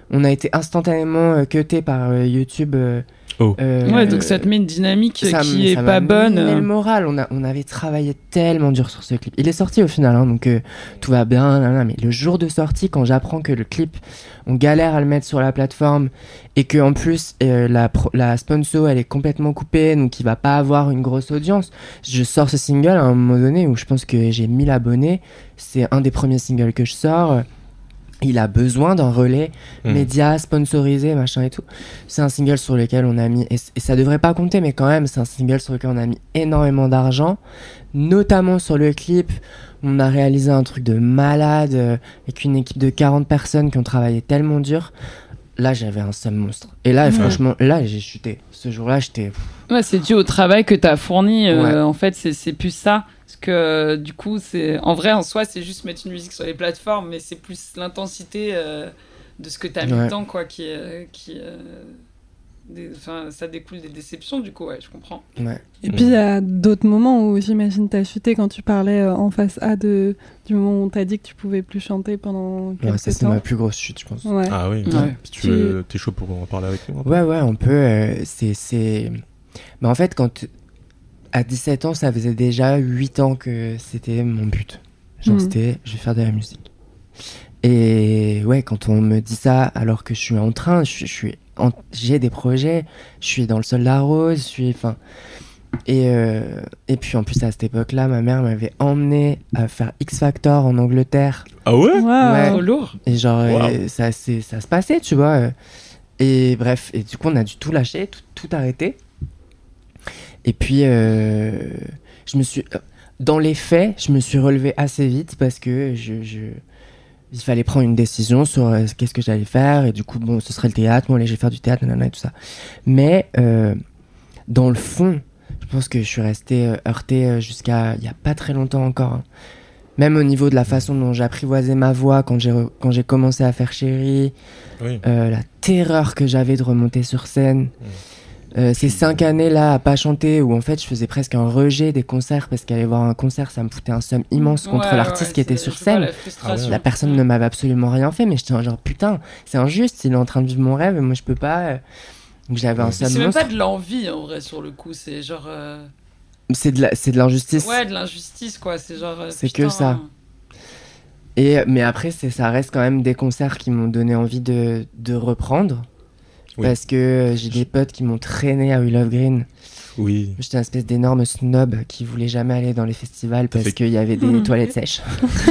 Speaker 3: on a été instantanément euh, cuté par euh, YouTube. Euh,
Speaker 1: Oh.
Speaker 3: euh,
Speaker 4: Ouais, donc ça te met une dynamique
Speaker 3: ça
Speaker 4: qui
Speaker 3: m-
Speaker 4: est
Speaker 3: ça
Speaker 4: pas
Speaker 3: m'a
Speaker 4: bonne.
Speaker 3: miné le moral. On, a, on avait travaillé tellement dur sur ce clip. Il est sorti au final, hein, donc euh, tout va bien. Nan, nan, mais le jour de sortie, quand j'apprends que le clip, on galère à le mettre sur la plateforme et que en plus euh, la, pro- la sponsor elle est complètement coupée, donc il va pas avoir une grosse audience. Je sors ce single à un moment donné où je pense que j'ai mille abonnés. C'est un des premiers singles que je sors. Il a besoin d'un relais
Speaker 1: Mmh.
Speaker 3: média sponsorisé, machin et tout. C'est un single sur lequel on a mis, et, c- et ça devrait pas compter, mais quand même, c'est un single sur lequel on a mis énormément d'argent, notamment sur le clip. On a réalisé un truc de malade euh, avec une équipe de quarante personnes qui ont travaillé tellement dur. Là, j'avais un seum monstre. Et là,
Speaker 2: Ouais.
Speaker 3: franchement, là, j'ai chuté. Ce jour-là, j'étais.
Speaker 4: Ouais, c'est dû au travail que t'as fourni. euh,
Speaker 3: Ouais.
Speaker 4: En fait, c'est, c'est plus ça. Parce que euh, du coup, c'est en vrai, en soi, c'est juste mettre une musique sur les plateformes, mais c'est plus l'intensité euh, de ce que t'as mis
Speaker 3: Ouais.
Speaker 4: dedans, quoi, qui, euh, qui, euh, des- enfin, ça découle des déceptions, du coup, ouais, je comprends.
Speaker 3: Ouais.
Speaker 2: Et puis il y a d'autres moments où j'imagine t'as chuté quand tu parlais euh, en face A de, du moment où t'as dit que tu pouvais plus chanter pendant quelques
Speaker 3: Ouais, ça, c'est
Speaker 2: temps.
Speaker 3: ma plus grosse chute, je pense.
Speaker 2: Ouais.
Speaker 1: Ah oui.
Speaker 4: Ouais.
Speaker 1: Si tu veux, t'es chaud pour en parler avec nous.
Speaker 3: Ouais, ouais, on peut. euh, c'est, c'est... Mais en fait, quand à dix-sept ans, ça faisait déjà huit ans que c'était mon but. Genre,
Speaker 2: Mhm.
Speaker 3: c'était, je vais faire de la musique. Et ouais, quand on me dit ça, alors que je suis en train, je, suis- je suis, en- j'ai des projets, je suis dans le Soldat Rose, je suis, enfin. Et, euh, et puis en plus, à cette époque-là, ma mère m'avait emmené à faire X Factor en Angleterre.
Speaker 1: Ah ouais
Speaker 2: Wow.
Speaker 3: Ouais.
Speaker 4: Trop lourd.
Speaker 3: Et genre,
Speaker 1: Wow.
Speaker 3: euh, ça, c'est, ça se passait, tu vois. euh. Et bref, et du coup, on a dû tout lâcher, tout, tout arrêter. Et puis, euh, je me suis. Dans les faits, je me suis relevé assez vite parce que je. je... il fallait prendre une décision sur euh, qu'est-ce que j'allais faire. Et du coup, bon, ce serait le théâtre. Moi, allez, je vais faire du théâtre, nanana, et tout ça. Mais, euh, dans le fond, je pense que je suis resté euh, heurté euh, jusqu'à il y a pas très longtemps encore. hein. Même au niveau de la façon dont j'apprivoisais ma voix quand j'ai, re- quand j'ai commencé à faire Chérie,
Speaker 1: Oui.
Speaker 3: euh, la terreur que j'avais de remonter sur scène. Euh, ces cinq années-là à pas chanter, où en fait je faisais presque un rejet des concerts parce qu'aller voir un concert, ça me foutait un somme immense contre
Speaker 4: Ouais,
Speaker 3: l'artiste
Speaker 4: ouais,
Speaker 3: qui était
Speaker 4: c'est-
Speaker 3: sur
Speaker 4: je vois
Speaker 3: scène.
Speaker 4: la frustration.
Speaker 1: Ah ouais.
Speaker 3: La personne ne m'avait absolument rien fait, mais j'étais un genre putain, c'est injuste, il est en train de vivre mon rêve et moi je peux pas. euh. Donc j'avais un
Speaker 1: Mais
Speaker 4: Mais
Speaker 3: somme
Speaker 4: c'est même
Speaker 3: monstre.
Speaker 4: pas de l'envie, en vrai, sur le coup. C'est genre. euh,
Speaker 3: C'est de, la, c'est de l'injustice.
Speaker 4: Ouais, de l'injustice, quoi. C'est genre. euh,
Speaker 3: C'est
Speaker 4: putain,
Speaker 3: que ça. Et, mais après, c'est, ça reste quand même des concerts qui m'ont donné envie de, de reprendre.
Speaker 1: Oui.
Speaker 3: Parce que euh, j'ai des potes qui m'ont traîné à We Love Green.
Speaker 1: Oui.
Speaker 3: J'étais un espèce d'énorme snob qui voulait jamais aller dans les festivals parce
Speaker 1: fait-
Speaker 3: qu'il y avait des
Speaker 2: Mhm.
Speaker 3: toilettes sèches.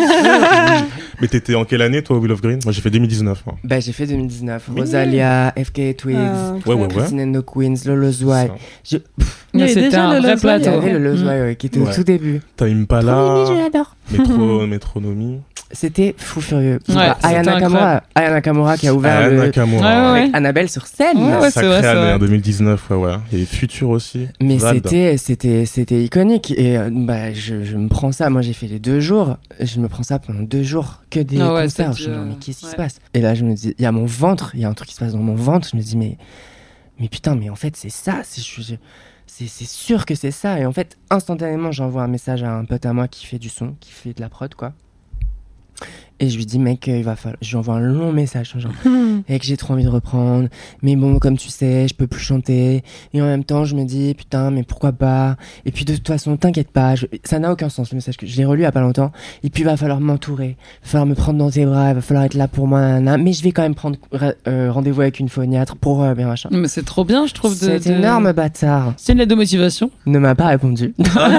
Speaker 1: Mais t'étais en quelle année, toi, Will of Green? Moi, j'ai fait deux mille dix-neuf. moi.
Speaker 3: Bah, j'ai fait deux mille dix-neuf.
Speaker 1: Oui.
Speaker 3: Rosalia, F K Twigs,
Speaker 2: Ah,
Speaker 1: Ouais, ouais, ouais.
Speaker 3: Christine and the Queens, Lolo Zouai.
Speaker 1: Ça.
Speaker 3: Je...
Speaker 2: Il y avait
Speaker 4: C'était
Speaker 2: déjà
Speaker 4: un
Speaker 2: le
Speaker 4: vrai
Speaker 2: Lolo Zouai,
Speaker 3: Il y
Speaker 4: plateau.
Speaker 3: avait le Lolo
Speaker 4: Mm.
Speaker 3: Zouai, ouais, qui était
Speaker 1: Ouais.
Speaker 3: au tout début.
Speaker 1: T'as
Speaker 3: Trop
Speaker 1: Impala,
Speaker 3: mimi, je l'adore.
Speaker 1: Métro, Métronomie.
Speaker 3: C'était fou furieux.
Speaker 4: Ouais,
Speaker 3: Bah,
Speaker 4: c'était
Speaker 3: Aya
Speaker 4: incroyable.
Speaker 3: Nakamura, Aya Nakamura qui a ouvert
Speaker 1: Anna
Speaker 3: le...
Speaker 1: Nakamura.
Speaker 4: Ouais, ouais,
Speaker 3: avec Annabelle sur scène.
Speaker 4: Ouais, ouais, c'est
Speaker 1: Sacrée
Speaker 4: vrai, c'est
Speaker 1: année,
Speaker 4: vrai.
Speaker 1: en deux mille dix-neuf, ouais, ouais. Il y avait Future aussi.
Speaker 3: Mais
Speaker 1: Vald.
Speaker 3: c'était, c'était, c'était iconique. Et euh, bah, je, je me prends ça. Moi, j'ai fait les deux jours. Je me prends ça pendant deux jours. Que des
Speaker 4: Ah ouais,
Speaker 3: concerts.
Speaker 4: c'est
Speaker 3: Je me dis,
Speaker 4: dur.
Speaker 3: mais qu'est-ce qui
Speaker 4: Ouais.
Speaker 3: se passe? Et là, je me dis, il y a mon ventre. Il y a un truc qui se passe dans mon ventre. Je me dis, mais, mais putain, mais en fait, c'est ça. C'est, je- je- c'est, c'est sûr que c'est ça. Et en fait, instantanément, j'envoie un message à un pote à moi qui fait du son, qui fait de la prod, quoi. Et je lui dis, mec, il va falloir. Je lui envoie un long message, genre, et que j'ai trop envie de reprendre. Mais bon, comme tu sais, je peux plus chanter. Et en même temps, je me dis, putain, mais pourquoi pas? Et puis de toute façon, t'inquiète pas, je- ça n'a aucun sens le message que je l'ai relu il y a pas longtemps. Et puis il va falloir m'entourer, il va falloir me prendre dans tes bras, il va falloir être là pour moi, nanana. Mais je vais quand même prendre ra- euh, rendez-vous avec une phoniatre pour euh, bien machin.
Speaker 4: Mais c'est trop bien, je trouve. de-
Speaker 3: Cet
Speaker 4: de-
Speaker 3: énorme bâtard
Speaker 4: C'est une lettre de motivation.
Speaker 3: ne m'a pas répondu.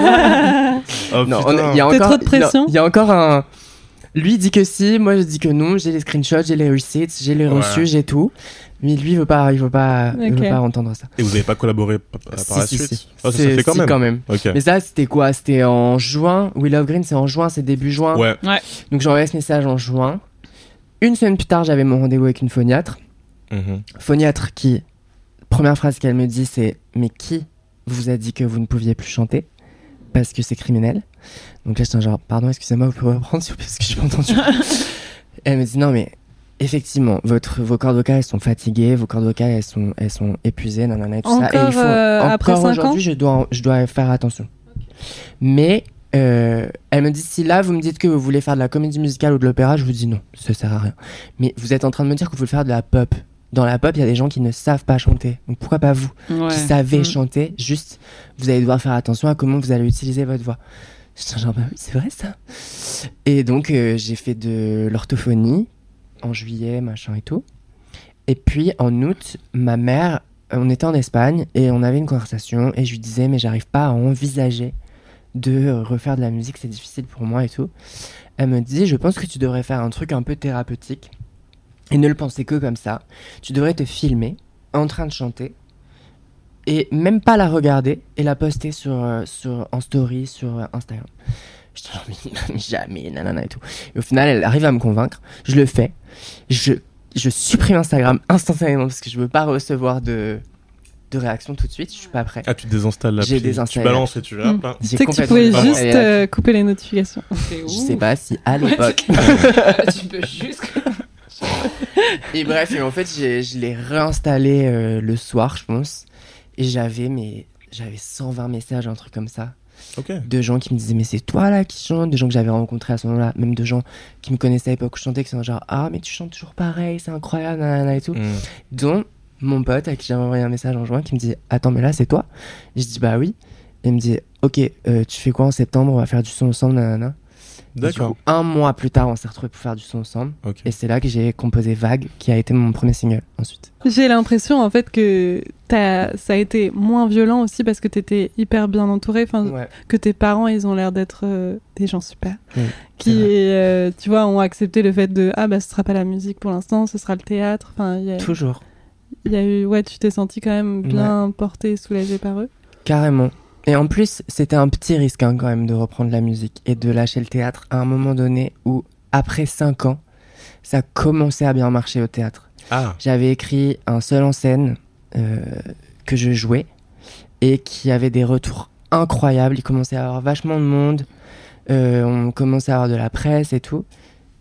Speaker 1: Oh,
Speaker 3: Non,
Speaker 1: putain.
Speaker 3: on est- il y a
Speaker 2: T'as
Speaker 3: encore,
Speaker 2: trop de pression
Speaker 3: Il y a encore un. Lui dit que si, moi je dis que non. J'ai les screenshots, j'ai les receipts, j'ai les
Speaker 1: Ouais.
Speaker 3: reçus, j'ai tout. Mais lui, il veut pas, il veut pas, il
Speaker 2: Ok.
Speaker 3: veut pas entendre ça.
Speaker 1: Et vous avez pas collaboré p- par
Speaker 3: Si,
Speaker 1: la
Speaker 3: si,
Speaker 1: suite?
Speaker 3: si.
Speaker 1: Ah, ça, ça
Speaker 3: C'est-
Speaker 1: fait quand
Speaker 3: si,
Speaker 1: même.
Speaker 3: quand même.
Speaker 1: Ok.
Speaker 3: Mais ça, c'était quoi? C'était en juin. We Love Green, c'est en juin, c'est début juin.
Speaker 1: Ouais.
Speaker 3: Donc j'ai envoyé ce message en juin. Une semaine plus tard, j'avais mon rendez-vous avec une phoniatre.
Speaker 1: Mhm.
Speaker 3: Phoniatre qui, première phrase qu'elle me dit, c'est mais qui vous a dit que vous ne pouviez plus chanter parce que c'est criminel. Donc là, j'étais un genre, pardon, excusez-moi, vous pouvez reprendre s'il vous plaît, parce que je n'ai pas entendu. Elle me dit, non, mais effectivement, votre, vos cordes vocales, elles sont fatiguées, vos cordes vocales, elles sont, elles sont épuisées, nanana, et tout ça. Et
Speaker 2: Encore,
Speaker 3: il faut,
Speaker 2: euh, après
Speaker 3: encore
Speaker 2: cinq ans
Speaker 3: aujourd'hui, je dois, je dois faire attention. Mais Euh, elle me dit, si là vous me dites que vous voulez faire de la comédie musicale ou de l'opéra, je vous dis non, ça sert à rien. Mais vous êtes en train de me dire que vous voulez faire de la pop. Dans la pop, il y a des gens qui ne savent pas chanter. Donc pourquoi pas vous
Speaker 4: Ouais.
Speaker 3: qui savez
Speaker 4: Mm.
Speaker 3: chanter? Juste, vous allez devoir faire attention à comment vous allez utiliser votre voix. Je dis genre, bah oui, c'est vrai ça. Et donc, euh, j'ai fait de l'orthophonie en juillet, machin et tout. Et puis, en août, ma mère, on était en Espagne et on avait une conversation et je lui disais, mais j'arrive pas à envisager de refaire de la musique, c'est difficile pour moi et tout. Elle me dit, je pense que tu devrais faire un truc un peu thérapeutique et ne le penser que comme ça. Tu devrais te filmer en train de chanter et même pas la regarder et la poster sur, euh, sur, en story sur euh, Instagram. Je dis, non, mais, mais jamais, nanana et tout. Et au final, elle arrive à me convaincre. Je le fais. Je, je supprime Instagram instantanément parce que je veux pas recevoir de, de réaction tout de suite. Je suis pas prêt.
Speaker 1: Ah, tu désinstalles l'appli.
Speaker 3: J'ai désinstallé
Speaker 1: Tu balances et tu
Speaker 2: Mm.
Speaker 1: hop, hein.
Speaker 2: Tu
Speaker 3: J'ai
Speaker 2: sais que tu
Speaker 3: complètement
Speaker 2: pouvais
Speaker 3: désinstallé
Speaker 2: juste
Speaker 3: l'appli.
Speaker 2: euh, couper les notifications.
Speaker 4: C'est
Speaker 3: Je
Speaker 4: ouf.
Speaker 3: sais pas si à
Speaker 4: Ouais,
Speaker 3: l'époque.
Speaker 4: tu peux juste.
Speaker 3: Et bref, et en fait, j'ai- je l'ai réinstallé euh, le soir, je pense. Et j'avais mais j'avais cent vingt messages, un truc comme ça.
Speaker 1: Ok.
Speaker 3: De gens qui me disaient, mais c'est toi là qui chante. De gens que j'avais rencontrés à ce moment-là. Même de gens qui me connaissaient à l'époque où je chantais, qui sont genre, ah, mais tu chantes toujours pareil, c'est incroyable, nanana et tout.
Speaker 1: Mm.
Speaker 3: Dont mon pote à qui j'avais envoyé un message en juin qui me dit, attends, mais là, c'est toi? Et je dis, bah oui. Et il me dit, ok, euh, tu fais quoi en septembre? On va faire du son ensemble, nanana. Et du
Speaker 1: D'accord.
Speaker 3: coup, un mois plus tard, on s'est retrouvés pour faire du son ensemble.
Speaker 1: Ok.
Speaker 3: Et c'est là que j'ai composé Vague, qui a été mon premier single ensuite.
Speaker 2: J'ai l'impression en fait que t'as- ça a été moins violent aussi parce que t'étais hyper bien entouré, enfin
Speaker 3: Ouais.
Speaker 2: que tes parents ils ont l'air d'être euh, des gens super,
Speaker 3: Oui,
Speaker 2: qui
Speaker 3: c'est vrai.
Speaker 2: euh, tu vois ont accepté le fait de ah bah ce sera pas la musique pour l'instant, ce sera le théâtre. Enfin il y a,
Speaker 3: Toujours.
Speaker 2: il y a eu ouais tu t'es senti quand même bien porté, soulagé par eux.
Speaker 3: Carrément. Et en plus, c'était un petit risque hein, quand même de reprendre la musique et de lâcher le théâtre à un moment donné où, après cinq ans, ça commençait à bien marcher au théâtre.
Speaker 1: Ah.
Speaker 3: J'avais écrit un seul en scène euh, que je jouais et qui avait des retours incroyables. Il commençait à y avoir vachement de monde, euh, on commençait à avoir de la presse et tout.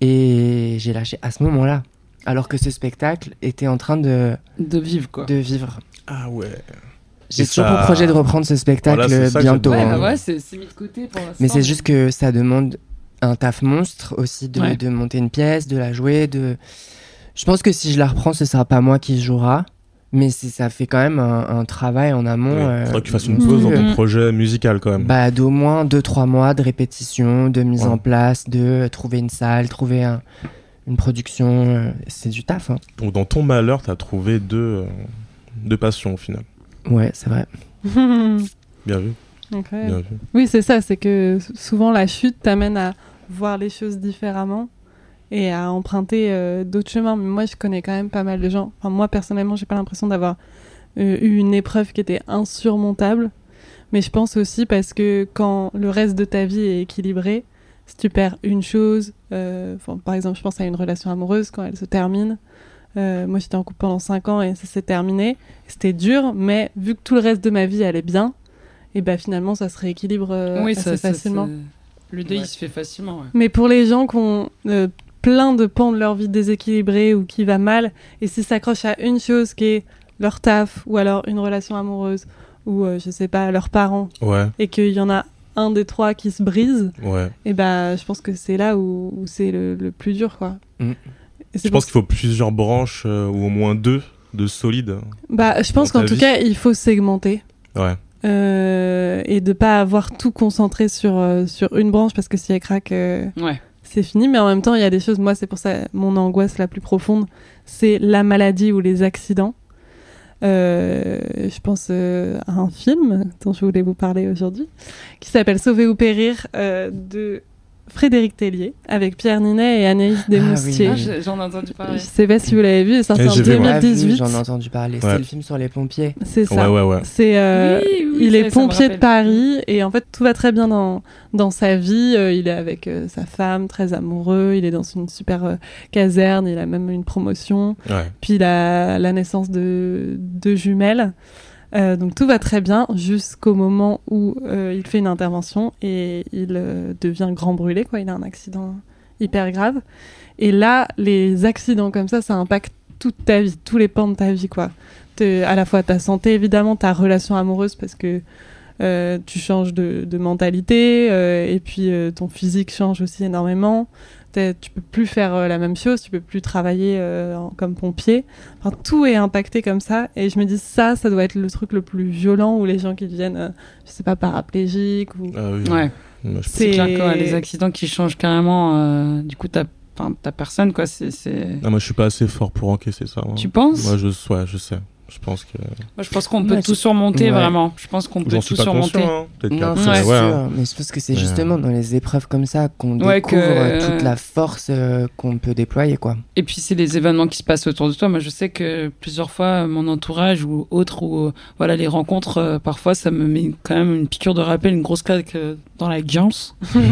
Speaker 3: Et j'ai lâché à ce moment-là, alors que ce spectacle était en train de,
Speaker 4: De vivre, quoi.
Speaker 3: de vivre.
Speaker 1: Ah ouais.
Speaker 3: J'ai
Speaker 1: Et
Speaker 3: toujours
Speaker 1: ça-
Speaker 3: pour projet de reprendre ce spectacle
Speaker 1: Voilà, c'est ça que
Speaker 3: bientôt.
Speaker 1: j'aime
Speaker 4: Ouais,
Speaker 3: hein.
Speaker 4: bah ouais, c'est c'est mis de côté pour l'instant.
Speaker 3: Mais c'est juste que ça demande un taf monstre aussi de,
Speaker 4: Ouais.
Speaker 3: de monter une pièce, de la jouer. De... Je pense que si je la reprends, ce sera pas moi qui jouera. Mais c'est- ça fait quand même un, un travail en amont.
Speaker 1: Oui.
Speaker 3: euh,
Speaker 1: Faudrait que tu fasses une
Speaker 3: de-
Speaker 1: pause dans ton
Speaker 4: Mhm.
Speaker 1: projet musical quand même.
Speaker 3: bah, d'au moins deux trois mois de répétition, de mise
Speaker 1: Ouais.
Speaker 3: en place, de trouver une salle, trouver un- une production. euh, C'est du taf. Hein.
Speaker 1: Donc dans ton malheur, t'as trouvé deux, euh, deux passions au final.
Speaker 3: Ouais, c'est vrai.
Speaker 1: Bien vu,
Speaker 2: Incroyable.
Speaker 1: bien vu.
Speaker 2: Oui c'est ça, c'est que souvent la chute t'amène à voir les choses différemment et à emprunter euh, d'autres chemins. Mais moi je connais quand même pas mal de gens. Enfin moi personnellement j'ai pas l'impression d'avoir euh, eu une épreuve qui était insurmontable. Mais je pense aussi parce que quand le reste de ta vie est équilibré, si tu perds une chose, euh, enfin, par exemple je pense à une relation amoureuse quand elle se termine. Euh, moi j'étais en couple pendant cinq ans et ça s'est terminé. C'était dur, mais vu que tout le reste de ma vie allait bien, et ben finalement ça se rééquilibre euh,
Speaker 4: Oui,
Speaker 2: assez
Speaker 4: ça, ça,
Speaker 2: facilement.
Speaker 4: c'est- Le deuil,
Speaker 3: Ouais.
Speaker 4: il se fait facilement, ouais.
Speaker 2: Mais pour les gens qui ont euh, plein de pans de leur vie déséquilibrés ou qui va mal, et s'ils s'accrochent à une chose qui est leur taf, ou alors une relation amoureuse, ou euh, je sais pas, leurs parents,
Speaker 1: Ouais,
Speaker 2: et qu'il y en a un des trois qui se brise,
Speaker 1: ouais.
Speaker 2: et ben je pense que c'est là où, où c'est le, le plus dur, quoi.
Speaker 3: Mm.
Speaker 2: Et c'est
Speaker 1: Je
Speaker 2: pour
Speaker 1: pense qu'il faut plusieurs branches euh, ou au moins deux de solides.
Speaker 2: Bah, je pense
Speaker 1: dans
Speaker 2: qu'en
Speaker 1: ta
Speaker 2: tout
Speaker 1: vie.
Speaker 2: cas, il faut segmenter.
Speaker 1: Ouais.
Speaker 2: Euh, et de pas avoir tout concentré sur, euh, sur une branche parce que si elle craque, euh,
Speaker 4: Ouais.
Speaker 2: c'est fini. Mais en même temps, il y a des choses, moi, c'est pour ça, mon angoisse la plus profonde, c'est la maladie ou les accidents. Euh, je pense euh, à un film dont je voulais vous parler aujourd'hui, qui s'appelle Sauver ou périr, euh, de Frédéric Tellier, avec Pierre Ninet et Anaïs Desmoustiers.
Speaker 4: Ah,
Speaker 3: Oui.
Speaker 4: j'ai- j'en ai entendu parler.
Speaker 2: Je sais pas si vous l'avez vu, il est sorti
Speaker 1: Eh,
Speaker 2: en
Speaker 1: j'ai vu, moi.
Speaker 3: Ah, vu,
Speaker 2: deux mille dix-huit.
Speaker 3: J'en ai entendu parler.
Speaker 1: Ouais.
Speaker 3: C'est le film sur les pompiers.
Speaker 2: C'est ça.
Speaker 1: Ouais, ouais, ouais.
Speaker 2: C'est, euh,
Speaker 4: Oui, oui,
Speaker 2: il
Speaker 4: ça-
Speaker 2: est
Speaker 4: ça me
Speaker 2: pompier de
Speaker 4: rappelle.
Speaker 2: Paris et en fait tout va très bien dans, dans sa vie. Euh, il est avec euh, sa femme, très amoureux. Il est dans une super euh, caserne. Il a même une promotion.
Speaker 1: Ouais.
Speaker 2: Puis il a la naissance de deux jumelles. Euh, donc tout va très bien jusqu'au moment où euh, il fait une intervention et il euh, devient grand brûlé, quoi. Il a un accident hyper grave. Et là, les accidents comme ça, ça impacte toute ta vie, tous les pans de ta vie, quoi. Te- à la fois ta santé, évidemment, ta relation amoureuse, parce que euh, tu changes de, de mentalité, euh, et puis euh, ton physique change aussi énormément. T'es, tu peux plus faire euh, la même chose, tu peux plus travailler euh, en, comme pompier. Enfin, tout est impacté comme ça, et je me dis ça, ça doit être le truc le plus violent où les gens qui deviennent, euh, je sais pas, paraplégiques ou.
Speaker 1: Ah oui.
Speaker 4: Ouais.
Speaker 1: Moi, je-
Speaker 2: C'est-
Speaker 4: C'est clair, quoi. Les accidents qui changent carrément, euh, du coup, t'as, enfin, t'as personne, quoi. C'est, c'est...
Speaker 1: Ah, moi, je suis pas assez fort pour encaisser ça. moi.
Speaker 4: Tu penses?
Speaker 1: Moi, je, ouais, je sais. Je pense que.
Speaker 4: Moi, je pense qu'on peut
Speaker 3: Ouais,
Speaker 4: tout
Speaker 3: c'est-
Speaker 4: surmonter,
Speaker 3: ouais.
Speaker 4: vraiment. Je pense qu'on peut
Speaker 1: J'en
Speaker 4: tout
Speaker 1: suis pas
Speaker 4: surmonter.
Speaker 1: conscient. Hein. Peut-être
Speaker 3: Non,
Speaker 1: qu'après,
Speaker 3: c'est
Speaker 4: Ouais.
Speaker 3: sûr,
Speaker 1: ouais, hein.
Speaker 3: mais je pense que c'est
Speaker 1: Mais,
Speaker 3: justement
Speaker 1: euh,
Speaker 3: dans les épreuves comme ça qu'on
Speaker 4: Ouais,
Speaker 3: découvre
Speaker 4: que-
Speaker 3: euh, toute la force euh, qu'on peut déployer, quoi.
Speaker 4: Et puis, c'est les événements qui se passent autour de toi. Moi, je sais que plusieurs fois, mon entourage ou autre, ou euh, voilà, les rencontres, euh, parfois, ça me met quand même une piqûre de rappel, une grosse claque euh, dans la gueule.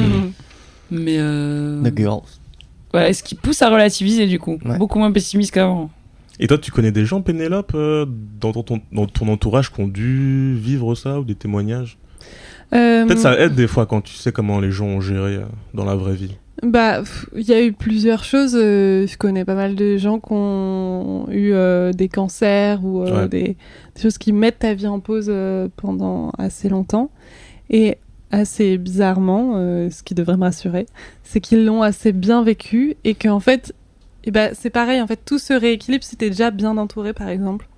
Speaker 4: Mais euh...
Speaker 3: The girls.
Speaker 4: voilà, ce qui pousse à relativiser, du coup.
Speaker 3: Ouais.
Speaker 4: Beaucoup moins pessimiste qu'avant.
Speaker 1: Et toi, tu connais des gens, Pénélope, euh, dans, ton, ton- dans ton entourage qui ont dû vivre ça ou des témoignages?
Speaker 2: Euh,
Speaker 1: Peut-être ça aide des fois quand tu sais comment les gens ont géré euh, dans la vraie vie.
Speaker 2: Bah, pff, il y a eu plusieurs choses. euh, je connais pas mal de gens qui ont eu euh, des cancers ou euh,
Speaker 1: Ouais.
Speaker 2: des, des choses qui mettent ta vie en pause euh, pendant assez longtemps. Et assez bizarrement, euh, ce qui devrait me rassurer, c'est qu'ils l'ont assez bien vécu et qu'en fait, eh ben, c'est pareil, en fait, tout se rééquilibre si t'es déjà bien entouré, par exemple.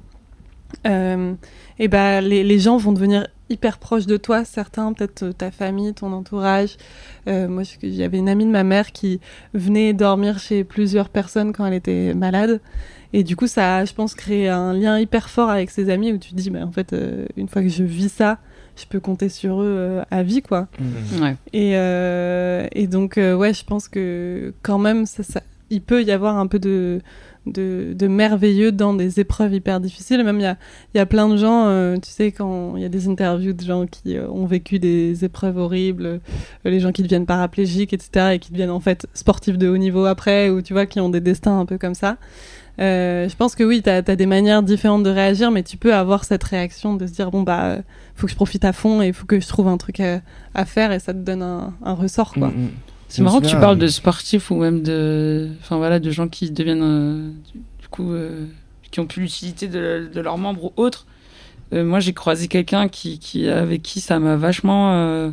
Speaker 2: Euh, et ben, les, les gens vont devenir hyper proches de toi, certains, peut-être euh, ta famille, ton entourage. Euh, moi, je- j'avais une amie de ma mère qui venait dormir chez plusieurs personnes quand elle était malade. Et du coup, ça a, je pense, créé un lien hyper fort avec ses amis où tu te dis, bah, en fait, euh, une fois que je vis ça, je peux compter sur eux euh, à vie, quoi.
Speaker 4: Ouais.
Speaker 2: Et, euh, et donc, euh, ouais, je pense que quand même, ça, ça, il peut y avoir un peu de, de, de merveilleux dans des épreuves hyper difficiles. Même, il y a, il y a plein de gens, euh, tu sais, quand il y a des interviews de gens qui euh, ont vécu des épreuves horribles, euh, les gens qui deviennent paraplégiques, et cetera, et qui deviennent en fait sportifs de haut niveau après, ou tu vois, qui ont des destins un peu comme ça. Euh, je pense que oui, t'as, t'as des manières différentes de réagir, mais tu peux avoir cette réaction de se dire, bon, bah, euh, faut que je profite à fond et il faut que je trouve un truc à, à faire, et ça te donne un, un ressort, quoi.
Speaker 3: Mm, mm.
Speaker 4: C'est marrant que tu
Speaker 3: souviens,
Speaker 4: parles
Speaker 3: euh,
Speaker 4: de sportifs ou même de, enfin voilà, de gens qui deviennent, euh, du, du coup, euh, qui ont plus l'utilité de, de leurs membres ou autres. Euh, moi, j'ai croisé quelqu'un qui, qui, avec qui ça m'a vachement. euh,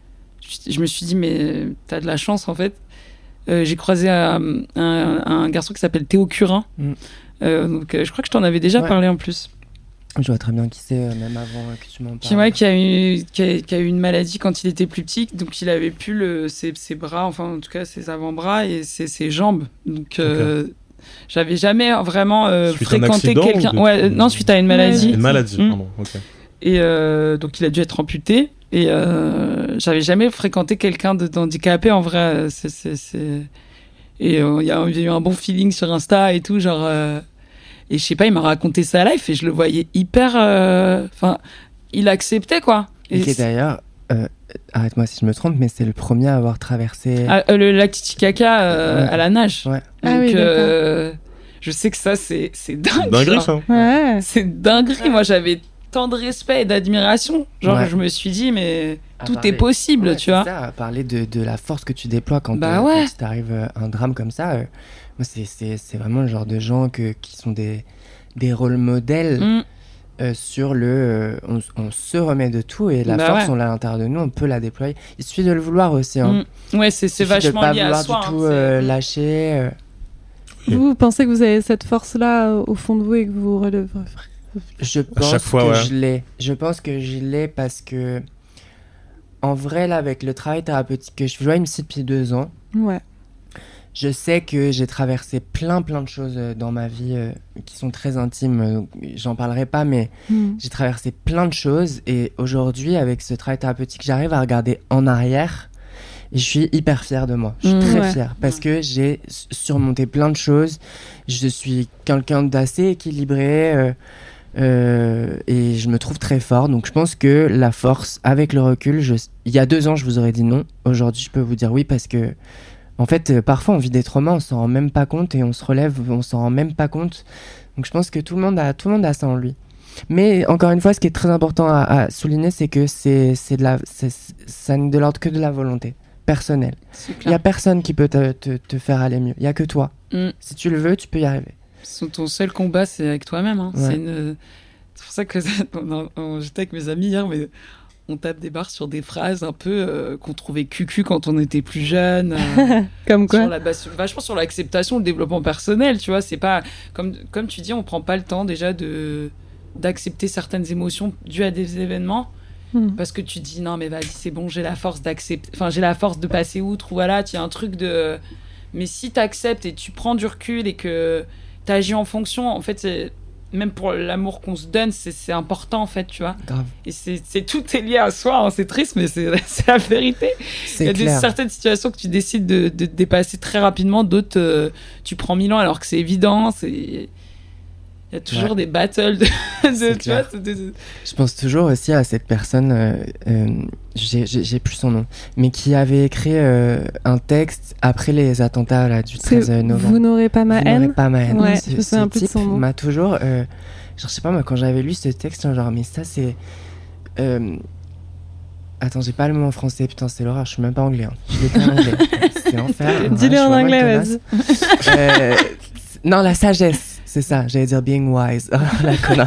Speaker 4: je, je me suis dit, mais t'as de la chance en fait. Euh, j'ai croisé un, un, un garçon qui s'appelle Théo Curin.
Speaker 3: Mm.
Speaker 4: Euh, donc, euh, je crois que je t'en avais déjà
Speaker 3: Ouais.
Speaker 4: parlé en plus.
Speaker 3: Je vois très bien qui c'est, euh, même avant euh, que tu m'en parles.
Speaker 4: Qui, ouais, qui, a eu, qui, a, qui a eu une maladie quand il était plus petit, donc il avait plus le, ses, ses bras, enfin en tout cas ses avant-bras et ses, ses jambes. Donc euh, j'avais jamais vraiment euh,
Speaker 1: Suite à un
Speaker 4: fréquenté
Speaker 1: accident
Speaker 4: quelqu'un.
Speaker 1: ou de-
Speaker 4: Ouais, euh, non, suite à une maladie.
Speaker 1: Une maladie,
Speaker 4: Mm.
Speaker 1: pardon. Ok.
Speaker 4: Et euh, donc il a dû être amputé. Et euh, j'avais jamais fréquenté quelqu'un de- d'handicapé en vrai. euh, C'est, c'est, c'est... Et euh, il y, a il y a eu un bon feeling sur Insta et tout, genre. euh, Et je sais pas, il m'a raconté sa life et je le voyais hyper. Enfin, il acceptait quoi.
Speaker 3: Et
Speaker 4: Et
Speaker 3: qui est
Speaker 4: c'est-
Speaker 3: d'ailleurs, euh, arrête-moi si je me trompe, mais c'est le premier à avoir traversé.
Speaker 4: Ah, euh, le lac Titicaca euh,
Speaker 3: Ouais.
Speaker 4: à la nage.
Speaker 3: Ouais.
Speaker 2: Ah
Speaker 4: Donc,
Speaker 2: oui, d'accord.
Speaker 4: euh, je sais que ça, c'est, c'est dingue.
Speaker 1: Dinguerie,
Speaker 4: genre.
Speaker 1: ça.
Speaker 2: Ouais.
Speaker 4: C'est dinguerie. Moi, j'avais tant de respect et d'admiration. Genre,
Speaker 3: Ouais.
Speaker 4: je me suis dit, mais
Speaker 3: À
Speaker 4: tout
Speaker 3: parler-
Speaker 4: est possible,
Speaker 3: Ouais,
Speaker 4: tu
Speaker 3: c'est
Speaker 4: vois.
Speaker 3: ça, à parler de, de la force que tu déploies quand,
Speaker 4: Bah
Speaker 3: euh,
Speaker 4: ouais.
Speaker 3: quand il t'arrive euh, un drame comme ça. euh, moi, c'est, c'est, c'est vraiment le genre de gens que, qui sont des, des rôles modèles
Speaker 4: Mm.
Speaker 3: euh, sur le. euh, on, on se remet de tout et la
Speaker 4: Bah
Speaker 3: force,
Speaker 4: ouais.
Speaker 3: on l'a à l'intérieur de nous, on peut la déployer. Il suffit de le vouloir aussi. Hein.
Speaker 4: Mm. Ouais, c'est, c'est
Speaker 3: Il suffit
Speaker 4: vachement
Speaker 3: de pas
Speaker 4: lié à
Speaker 3: vouloir
Speaker 4: soi.
Speaker 3: du
Speaker 4: hein,
Speaker 3: tout
Speaker 4: c'est-
Speaker 3: euh, lâcher. euh.
Speaker 1: Oui.
Speaker 2: Vous, vous pensez que vous avez cette force-là euh, au fond de vous et que vous relevez.
Speaker 3: Je pense
Speaker 1: chaque fois,
Speaker 3: que
Speaker 1: ouais.
Speaker 3: je l'ai. Je pense que je l'ai parce que, en vrai, là, avec le travail thérapeutique que je fais, je vois une psy depuis deux ans.
Speaker 2: Ouais.
Speaker 3: Je sais que j'ai traversé plein, plein de choses euh, dans ma vie euh, qui sont très intimes. euh, donc J'en parlerai pas, mais
Speaker 2: Mm.
Speaker 3: j'ai traversé plein de choses. Et aujourd'hui, avec ce travail thérapeutique, j'arrive à regarder en arrière. Et je suis hyper fière de moi. Je suis
Speaker 4: Mmh.
Speaker 3: très
Speaker 2: Ouais.
Speaker 3: fière parce que j'ai s- surmonté plein de choses. Je suis quelqu'un d'assez équilibré. euh, Euh, et je me trouve très fort, donc je pense que la force, avec le recul, je... il y a deux ans je vous aurais dit non, aujourd'hui je peux vous dire oui parce que en fait euh, parfois on vit des traumas, on s'en rend même pas compte et on se relève, on s'en rend même pas compte, donc je pense que tout le monde a, tout le monde a ça en lui. Mais encore une fois, ce qui est très important à, à souligner, c'est que c'est, c'est de la, c'est, ça n'est de l'ordre que de la volonté personnelle.
Speaker 4: C'est
Speaker 3: Il y a
Speaker 4: clair.
Speaker 3: personne qui peut te, te, te faire aller mieux, il y a que toi.
Speaker 4: Mm.
Speaker 3: Si tu le veux, tu peux y arriver.
Speaker 4: Son- Ton seul combat, c'est avec toi-même. Hein.
Speaker 3: Ouais.
Speaker 4: C'est, une... c'est pour ça que on- on- j'étais avec mes amis hier, mais on tape des barres sur des phrases un peu euh, qu'on trouvait cucu quand on était plus jeune. Euh,
Speaker 2: Comme quoi
Speaker 4: sur la base, vachement sur l'acceptation, le développement personnel, tu vois. C'est pas comme comme tu dis, on prend pas le temps déjà de d'accepter certaines émotions dues à des événements.
Speaker 2: Hmm.
Speaker 4: Parce que tu dis non mais vas-y c'est bon, j'ai la force d'accepter, enfin j'ai la force de passer outre, ou voilà, tu as un truc de, mais si t'acceptes et tu prends du recul et que t'agis en fonction, en fait c'est... même pour l'amour qu'on se donne, c'est, c'est important en fait, tu vois.
Speaker 3: Grave.
Speaker 4: Et c'est, c'est tout est lié à soi, hein. C'est triste mais c'est, c'est la vérité.
Speaker 3: C'est
Speaker 4: Il y a
Speaker 3: clair.
Speaker 4: des, certaines situations que tu décides de, de dépasser très rapidement, d'autres euh, tu prends mille ans alors que c'est évident, c'est... Il y a toujours
Speaker 3: Ouais.
Speaker 4: des battles de, de
Speaker 3: C'est
Speaker 4: tu vois,
Speaker 3: clair.
Speaker 4: c'est de-
Speaker 3: Je pense toujours aussi à cette personne, euh, euh, j'ai, j'ai, j'ai plus son nom, mais qui avait écrit euh, un texte après les attentats là, du treize
Speaker 2: C'est
Speaker 3: novembre.
Speaker 2: Vous n'aurez pas ma
Speaker 3: Vous n'aurez
Speaker 2: haine.
Speaker 3: pas ma haine.
Speaker 2: Ouais,
Speaker 3: Ce-
Speaker 2: je me souviens
Speaker 3: ce
Speaker 2: plus de son
Speaker 3: type
Speaker 2: nom.
Speaker 3: m'a toujours, euh, genre, je sais pas moi, quand j'avais lu ce texte, genre mais ça c'est, euh, attends, j'ai pas le mot en français, putain c'est l'horreur, je suis même pas anglais, hein. Je l'ai pas en anglais, c'est l'enfer.
Speaker 2: Dis-le
Speaker 3: Ouais,
Speaker 2: en
Speaker 3: je suis
Speaker 2: anglais,
Speaker 3: vraiment
Speaker 2: vas-y.
Speaker 3: connasse. Euh, non, la sagesse, c'est ça, j'allais dire being wise. Oh, la connasse.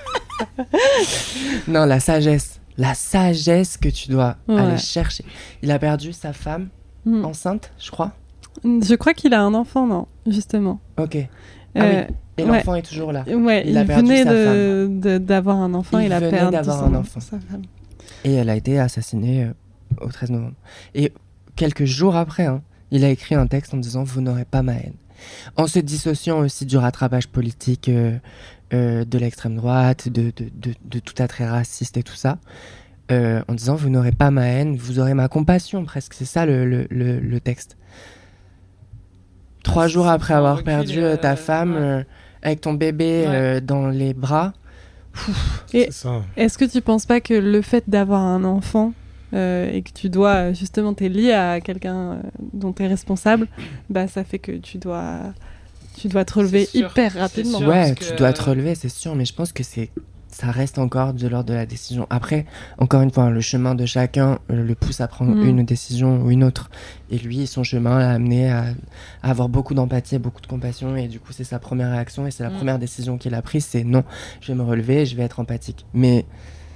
Speaker 3: Non, la sagesse. La sagesse que tu dois
Speaker 2: Ouais.
Speaker 3: aller chercher. Il a perdu sa femme
Speaker 2: Hmm.
Speaker 3: enceinte, je crois.
Speaker 2: Je crois qu'il a un enfant, non, justement.
Speaker 3: Ok. Ah
Speaker 2: Euh,
Speaker 3: oui. Et
Speaker 2: ouais.
Speaker 3: l'enfant est toujours là.
Speaker 2: Ouais,
Speaker 3: Il
Speaker 2: il,
Speaker 3: a perdu
Speaker 2: venait
Speaker 3: sa
Speaker 2: de, de- d'avoir un enfant, il,
Speaker 3: Il
Speaker 2: a
Speaker 3: venait
Speaker 2: perdu
Speaker 3: d'avoir
Speaker 2: son
Speaker 3: un
Speaker 2: enfant,
Speaker 3: enfant.
Speaker 2: sa femme.
Speaker 3: Et elle a été assassinée euh, au treize novembre. Et quelques jours après, hein, il a écrit un texte en disant « Vous n'aurez pas ma haine ». En se dissociant aussi du rattrapage politique euh, euh, de l'extrême droite, de, de, de, de tout attrait raciste et tout ça, euh, en disant « Vous n'aurez pas ma haine, vous aurez ma compassion », presque. C'est ça le, le, le, le texte. Trois
Speaker 4: Ah,
Speaker 3: jours
Speaker 4: c'est
Speaker 3: après
Speaker 4: un
Speaker 3: avoir
Speaker 4: recul,
Speaker 3: perdu
Speaker 4: euh,
Speaker 3: euh, ta femme
Speaker 4: ouais.
Speaker 3: euh, avec ton bébé
Speaker 4: Ouais.
Speaker 3: euh, dans les bras,
Speaker 2: Et
Speaker 1: C'est ça.
Speaker 2: est-ce que tu penses pas que le fait d'avoir un enfant euh, et que tu dois, justement, t'es lié à quelqu'un euh, dont t'es responsable, bah ça fait que tu dois, tu dois te relever
Speaker 4: C'est sûr,
Speaker 2: hyper
Speaker 4: c'est
Speaker 2: rapidement.
Speaker 4: sûr.
Speaker 3: ouais,
Speaker 4: parce
Speaker 3: tu
Speaker 4: que-
Speaker 3: dois te relever, c'est sûr, mais je pense que c'est ça reste encore de l'ordre de la décision. Après, encore une fois, hein, le chemin de chacun euh, le pousse à prendre
Speaker 2: Mm.
Speaker 3: une décision ou une autre. Et lui, son chemin l'a amené à, à avoir beaucoup d'empathie et beaucoup de compassion. Et du coup, c'est sa première réaction et c'est la
Speaker 4: Mm.
Speaker 3: première décision qu'il a prise, c'est non, je vais me relever, je vais être empathique. Mais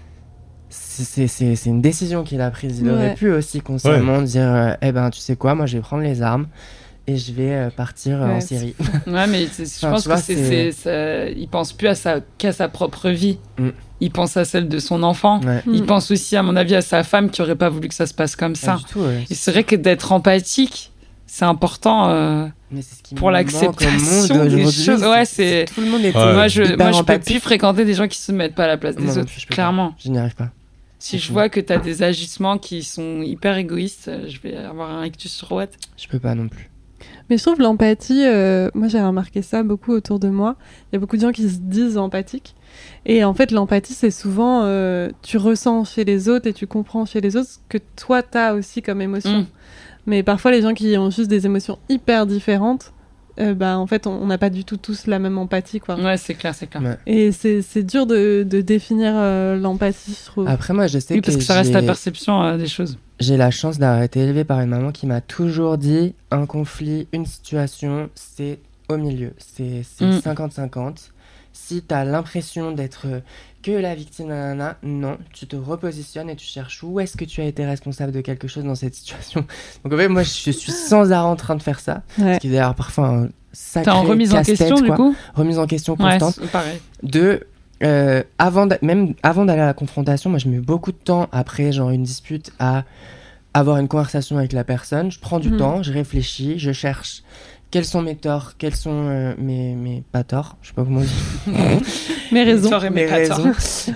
Speaker 3: c'est, c'est, c'est, c'est une décision qu'il a prise. Il
Speaker 2: Ouais.
Speaker 3: aurait pu aussi consciemment dire, euh, eh ben, tu sais quoi, moi, je vais prendre les armes et je vais euh, partir euh,
Speaker 2: Ouais,
Speaker 3: en
Speaker 2: c'est
Speaker 3: Syrie.
Speaker 4: Ouais, mais c'est- je
Speaker 3: Enfin,
Speaker 4: pense
Speaker 3: tu
Speaker 4: que
Speaker 3: vois,
Speaker 4: c'est,
Speaker 3: c'est-
Speaker 4: c'est, ça- il pense plus à sa, qu'à sa propre vie.
Speaker 3: Mm.
Speaker 4: Il pense à celle de son enfant.
Speaker 3: Ouais.
Speaker 4: Il
Speaker 2: Mm.
Speaker 4: pense aussi, à mon avis, à sa femme qui aurait pas voulu que ça se passe comme
Speaker 3: Pas
Speaker 4: ça.
Speaker 3: du tout, ouais.
Speaker 4: Et c'est vrai que d'être empathique, c'est important euh,
Speaker 3: Mais c'est ce qui
Speaker 4: pour
Speaker 3: me manque au
Speaker 4: l'acceptation
Speaker 3: monde
Speaker 4: des
Speaker 3: aujourd'hui,
Speaker 4: choses. Ouais, c'est.
Speaker 3: Tout le monde est
Speaker 1: Ouais.
Speaker 4: Moi, je,
Speaker 3: hyper
Speaker 4: moi, je peux
Speaker 3: empathique.
Speaker 4: plus fréquenter des gens qui se mettent pas à la place des
Speaker 3: Moi non
Speaker 4: autres.
Speaker 3: plus, je peux pas.
Speaker 4: Clairement.
Speaker 3: Je n'y arrive pas.
Speaker 4: Si je
Speaker 3: Franchement.
Speaker 4: vois que t'as des agissements qui sont hyper égoïstes, euh, je vais avoir un rictus sur ouate.
Speaker 3: Je peux pas non plus.
Speaker 2: Mais je trouve l'empathie, euh, moi j'ai remarqué ça beaucoup autour de moi. Il y a beaucoup de gens qui se disent empathiques. Et en fait, l'empathie, c'est souvent, euh, tu ressens chez les autres et tu comprends chez les autres ce que toi, t'as aussi comme émotion.
Speaker 4: Mm.
Speaker 2: Mais parfois, les gens qui ont juste des émotions hyper différentes, euh, bah, en fait, on on n'a pas du tout tous la même empathie, quoi.
Speaker 4: Ouais, c'est clair, c'est clair.
Speaker 3: Ouais.
Speaker 2: Et c'est c'est dur de, de définir euh, l'empathie, je trouve.
Speaker 3: Après, moi, je sais
Speaker 4: Oui,
Speaker 3: que,
Speaker 4: parce que ça reste ta
Speaker 3: j'ai-
Speaker 4: perception euh, des choses.
Speaker 3: j'ai la chance d'avoir été élevée par une maman qui m'a toujours dit un conflit, une situation, c'est au milieu. C'est c'est
Speaker 4: Mm.
Speaker 3: cinquante cinquante. Si t'as l'impression d'être euh, que la victime, nanana, non, tu te repositionnes et tu cherches où est-ce que tu as été responsable de quelque chose dans cette situation. Donc en fait, moi, je suis sans arrêt en train de faire ça.
Speaker 2: Ouais.
Speaker 3: Ce qui est d'ailleurs parfois un sacré
Speaker 4: T'es en remise en
Speaker 3: casse-tête,
Speaker 4: question, du
Speaker 3: quoi.
Speaker 4: coup
Speaker 3: Remise en question
Speaker 4: Ouais,
Speaker 3: constante.
Speaker 4: c'est pareil.
Speaker 3: De euh, avant d'a- même avant d'aller à la confrontation, moi je mets beaucoup de temps après genre une dispute à avoir une conversation avec la personne. Je prends du
Speaker 2: Mhm.
Speaker 3: temps, je réfléchis, je cherche quels sont mes torts, quels sont euh, mes mes pas torts, je sais pas comment on dit.
Speaker 2: Mes raisons.
Speaker 4: T'aurais
Speaker 3: mes
Speaker 4: aimé pas tort.
Speaker 3: raisons.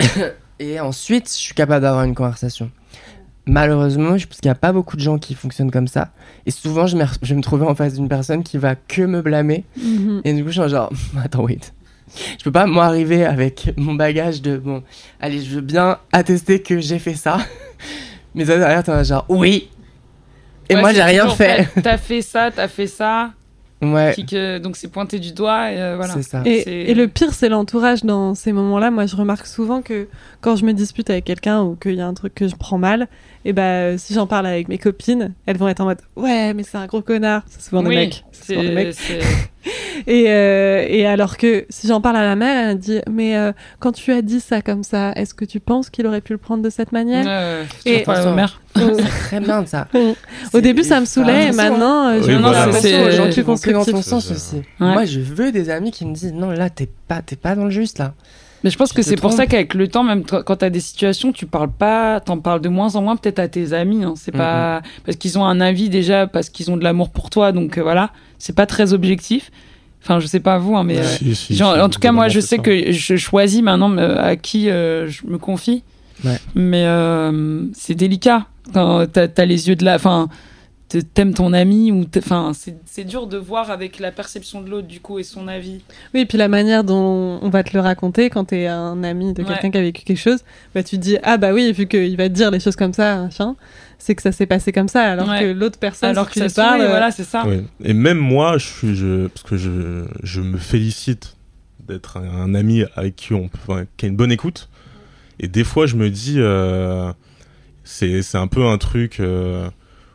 Speaker 3: Et ensuite, je suis capable d'avoir une conversation. Malheureusement, je pense qu'il n'y a pas beaucoup de gens qui fonctionnent comme ça. Et souvent, je, me- je vais me trouver en face d'une personne qui va que me blâmer.
Speaker 2: Mhm.
Speaker 3: Et du coup, je suis genre, attends, wait. Je peux pas, moi, arriver avec mon bagage de, bon, allez, je veux bien attester que j'ai fait ça. Mais toi, derrière, t'es genre, oui. Et
Speaker 4: Ouais,
Speaker 3: moi,
Speaker 4: c'est
Speaker 3: j'ai rien
Speaker 4: toujours,
Speaker 3: fait.
Speaker 4: T'as, t'as fait ça, t'as fait ça.
Speaker 3: Ouais,
Speaker 4: Qui que, donc c'est pointé du doigt et euh, voilà.
Speaker 3: c'est ça.
Speaker 2: Et,
Speaker 4: C'est-
Speaker 2: et le pire, c'est l'entourage dans ces moments-là. Moi, je remarque souvent que quand je me dispute avec quelqu'un ou qu'il y a un truc que je prends mal, et ben si j'en parle avec mes copines, elles vont être en mode ouais, mais c'est un gros connard. C'est souvent des
Speaker 4: Oui,
Speaker 2: mecs. C'est souvent des mecs.
Speaker 4: c'est,
Speaker 2: et, euh, et alors que si j'en parle à ma mère, elle me dit mais euh, quand tu as dit ça comme ça, est-ce que tu penses qu'il aurait pu le prendre de cette manière?
Speaker 4: Euh,
Speaker 2: Et-
Speaker 4: et la mère.
Speaker 3: C'est très bien de ça.
Speaker 2: Au début, ça me saoulait, et
Speaker 3: Attention,
Speaker 2: maintenant, euh,
Speaker 1: Oui,
Speaker 2: je
Speaker 1: voilà.
Speaker 2: vois
Speaker 3: Attention
Speaker 4: c'est-
Speaker 3: aux gens
Speaker 2: plus
Speaker 3: qui vont que dans ton
Speaker 2: constructif.
Speaker 3: sens
Speaker 1: C'est-
Speaker 3: aussi.
Speaker 4: Ouais.
Speaker 3: Moi, je veux des amis qui me disent non, là, t'es pas, t'es pas dans le juste là.
Speaker 4: Mais je pense
Speaker 3: Tu
Speaker 4: que
Speaker 3: te
Speaker 4: c'est pour ça
Speaker 3: trompes.
Speaker 4: qu'avec le temps, même t- quand t'as des situations, tu parles pas, t'en parles de moins en moins peut-être à tes amis. Hein. C'est pas parce qu'ils ont un avis déjà, parce qu'ils ont de l'amour pour toi, donc euh, voilà, c'est pas très objectif. Enfin, je sais pas vous, hein, mais euh,
Speaker 1: Si, si,
Speaker 4: genre,
Speaker 1: si,
Speaker 4: en tout cas, moi,
Speaker 1: globalement,
Speaker 4: je
Speaker 1: c'est
Speaker 4: sais
Speaker 1: ça.
Speaker 4: que je choisis maintenant euh, à qui euh, je me confie.
Speaker 3: Ouais.
Speaker 4: Mais euh, c'est délicat quand t'as, t'as les yeux de la, enfin, te- t'aimes ton ami ou, t'es- enfin, c'est, c'est dur de voir avec la perception de l'autre du coup et son avis.
Speaker 2: Oui, et puis la manière dont on va te le raconter quand t'es un ami de quelqu'un
Speaker 4: Ouais.
Speaker 2: qui a vécu quelque chose, bah tu te dis ah bah oui, vu qu'il va te dire les choses comme ça, machin, c'est que ça s'est passé comme ça, alors
Speaker 4: Ouais.
Speaker 2: que l'autre personne,
Speaker 4: Alors
Speaker 2: si
Speaker 4: que
Speaker 2: tu
Speaker 4: ça
Speaker 2: lui
Speaker 4: se parle,
Speaker 2: parles, euh,
Speaker 4: voilà, c'est ça.
Speaker 1: Oui. Et même moi, je suis, je, parce que je, je me félicite d'être un, un ami avec qui on peut, enfin, qui a une bonne écoute. Et des fois, je me dis, euh, c'est, c'est un peu un truc euh,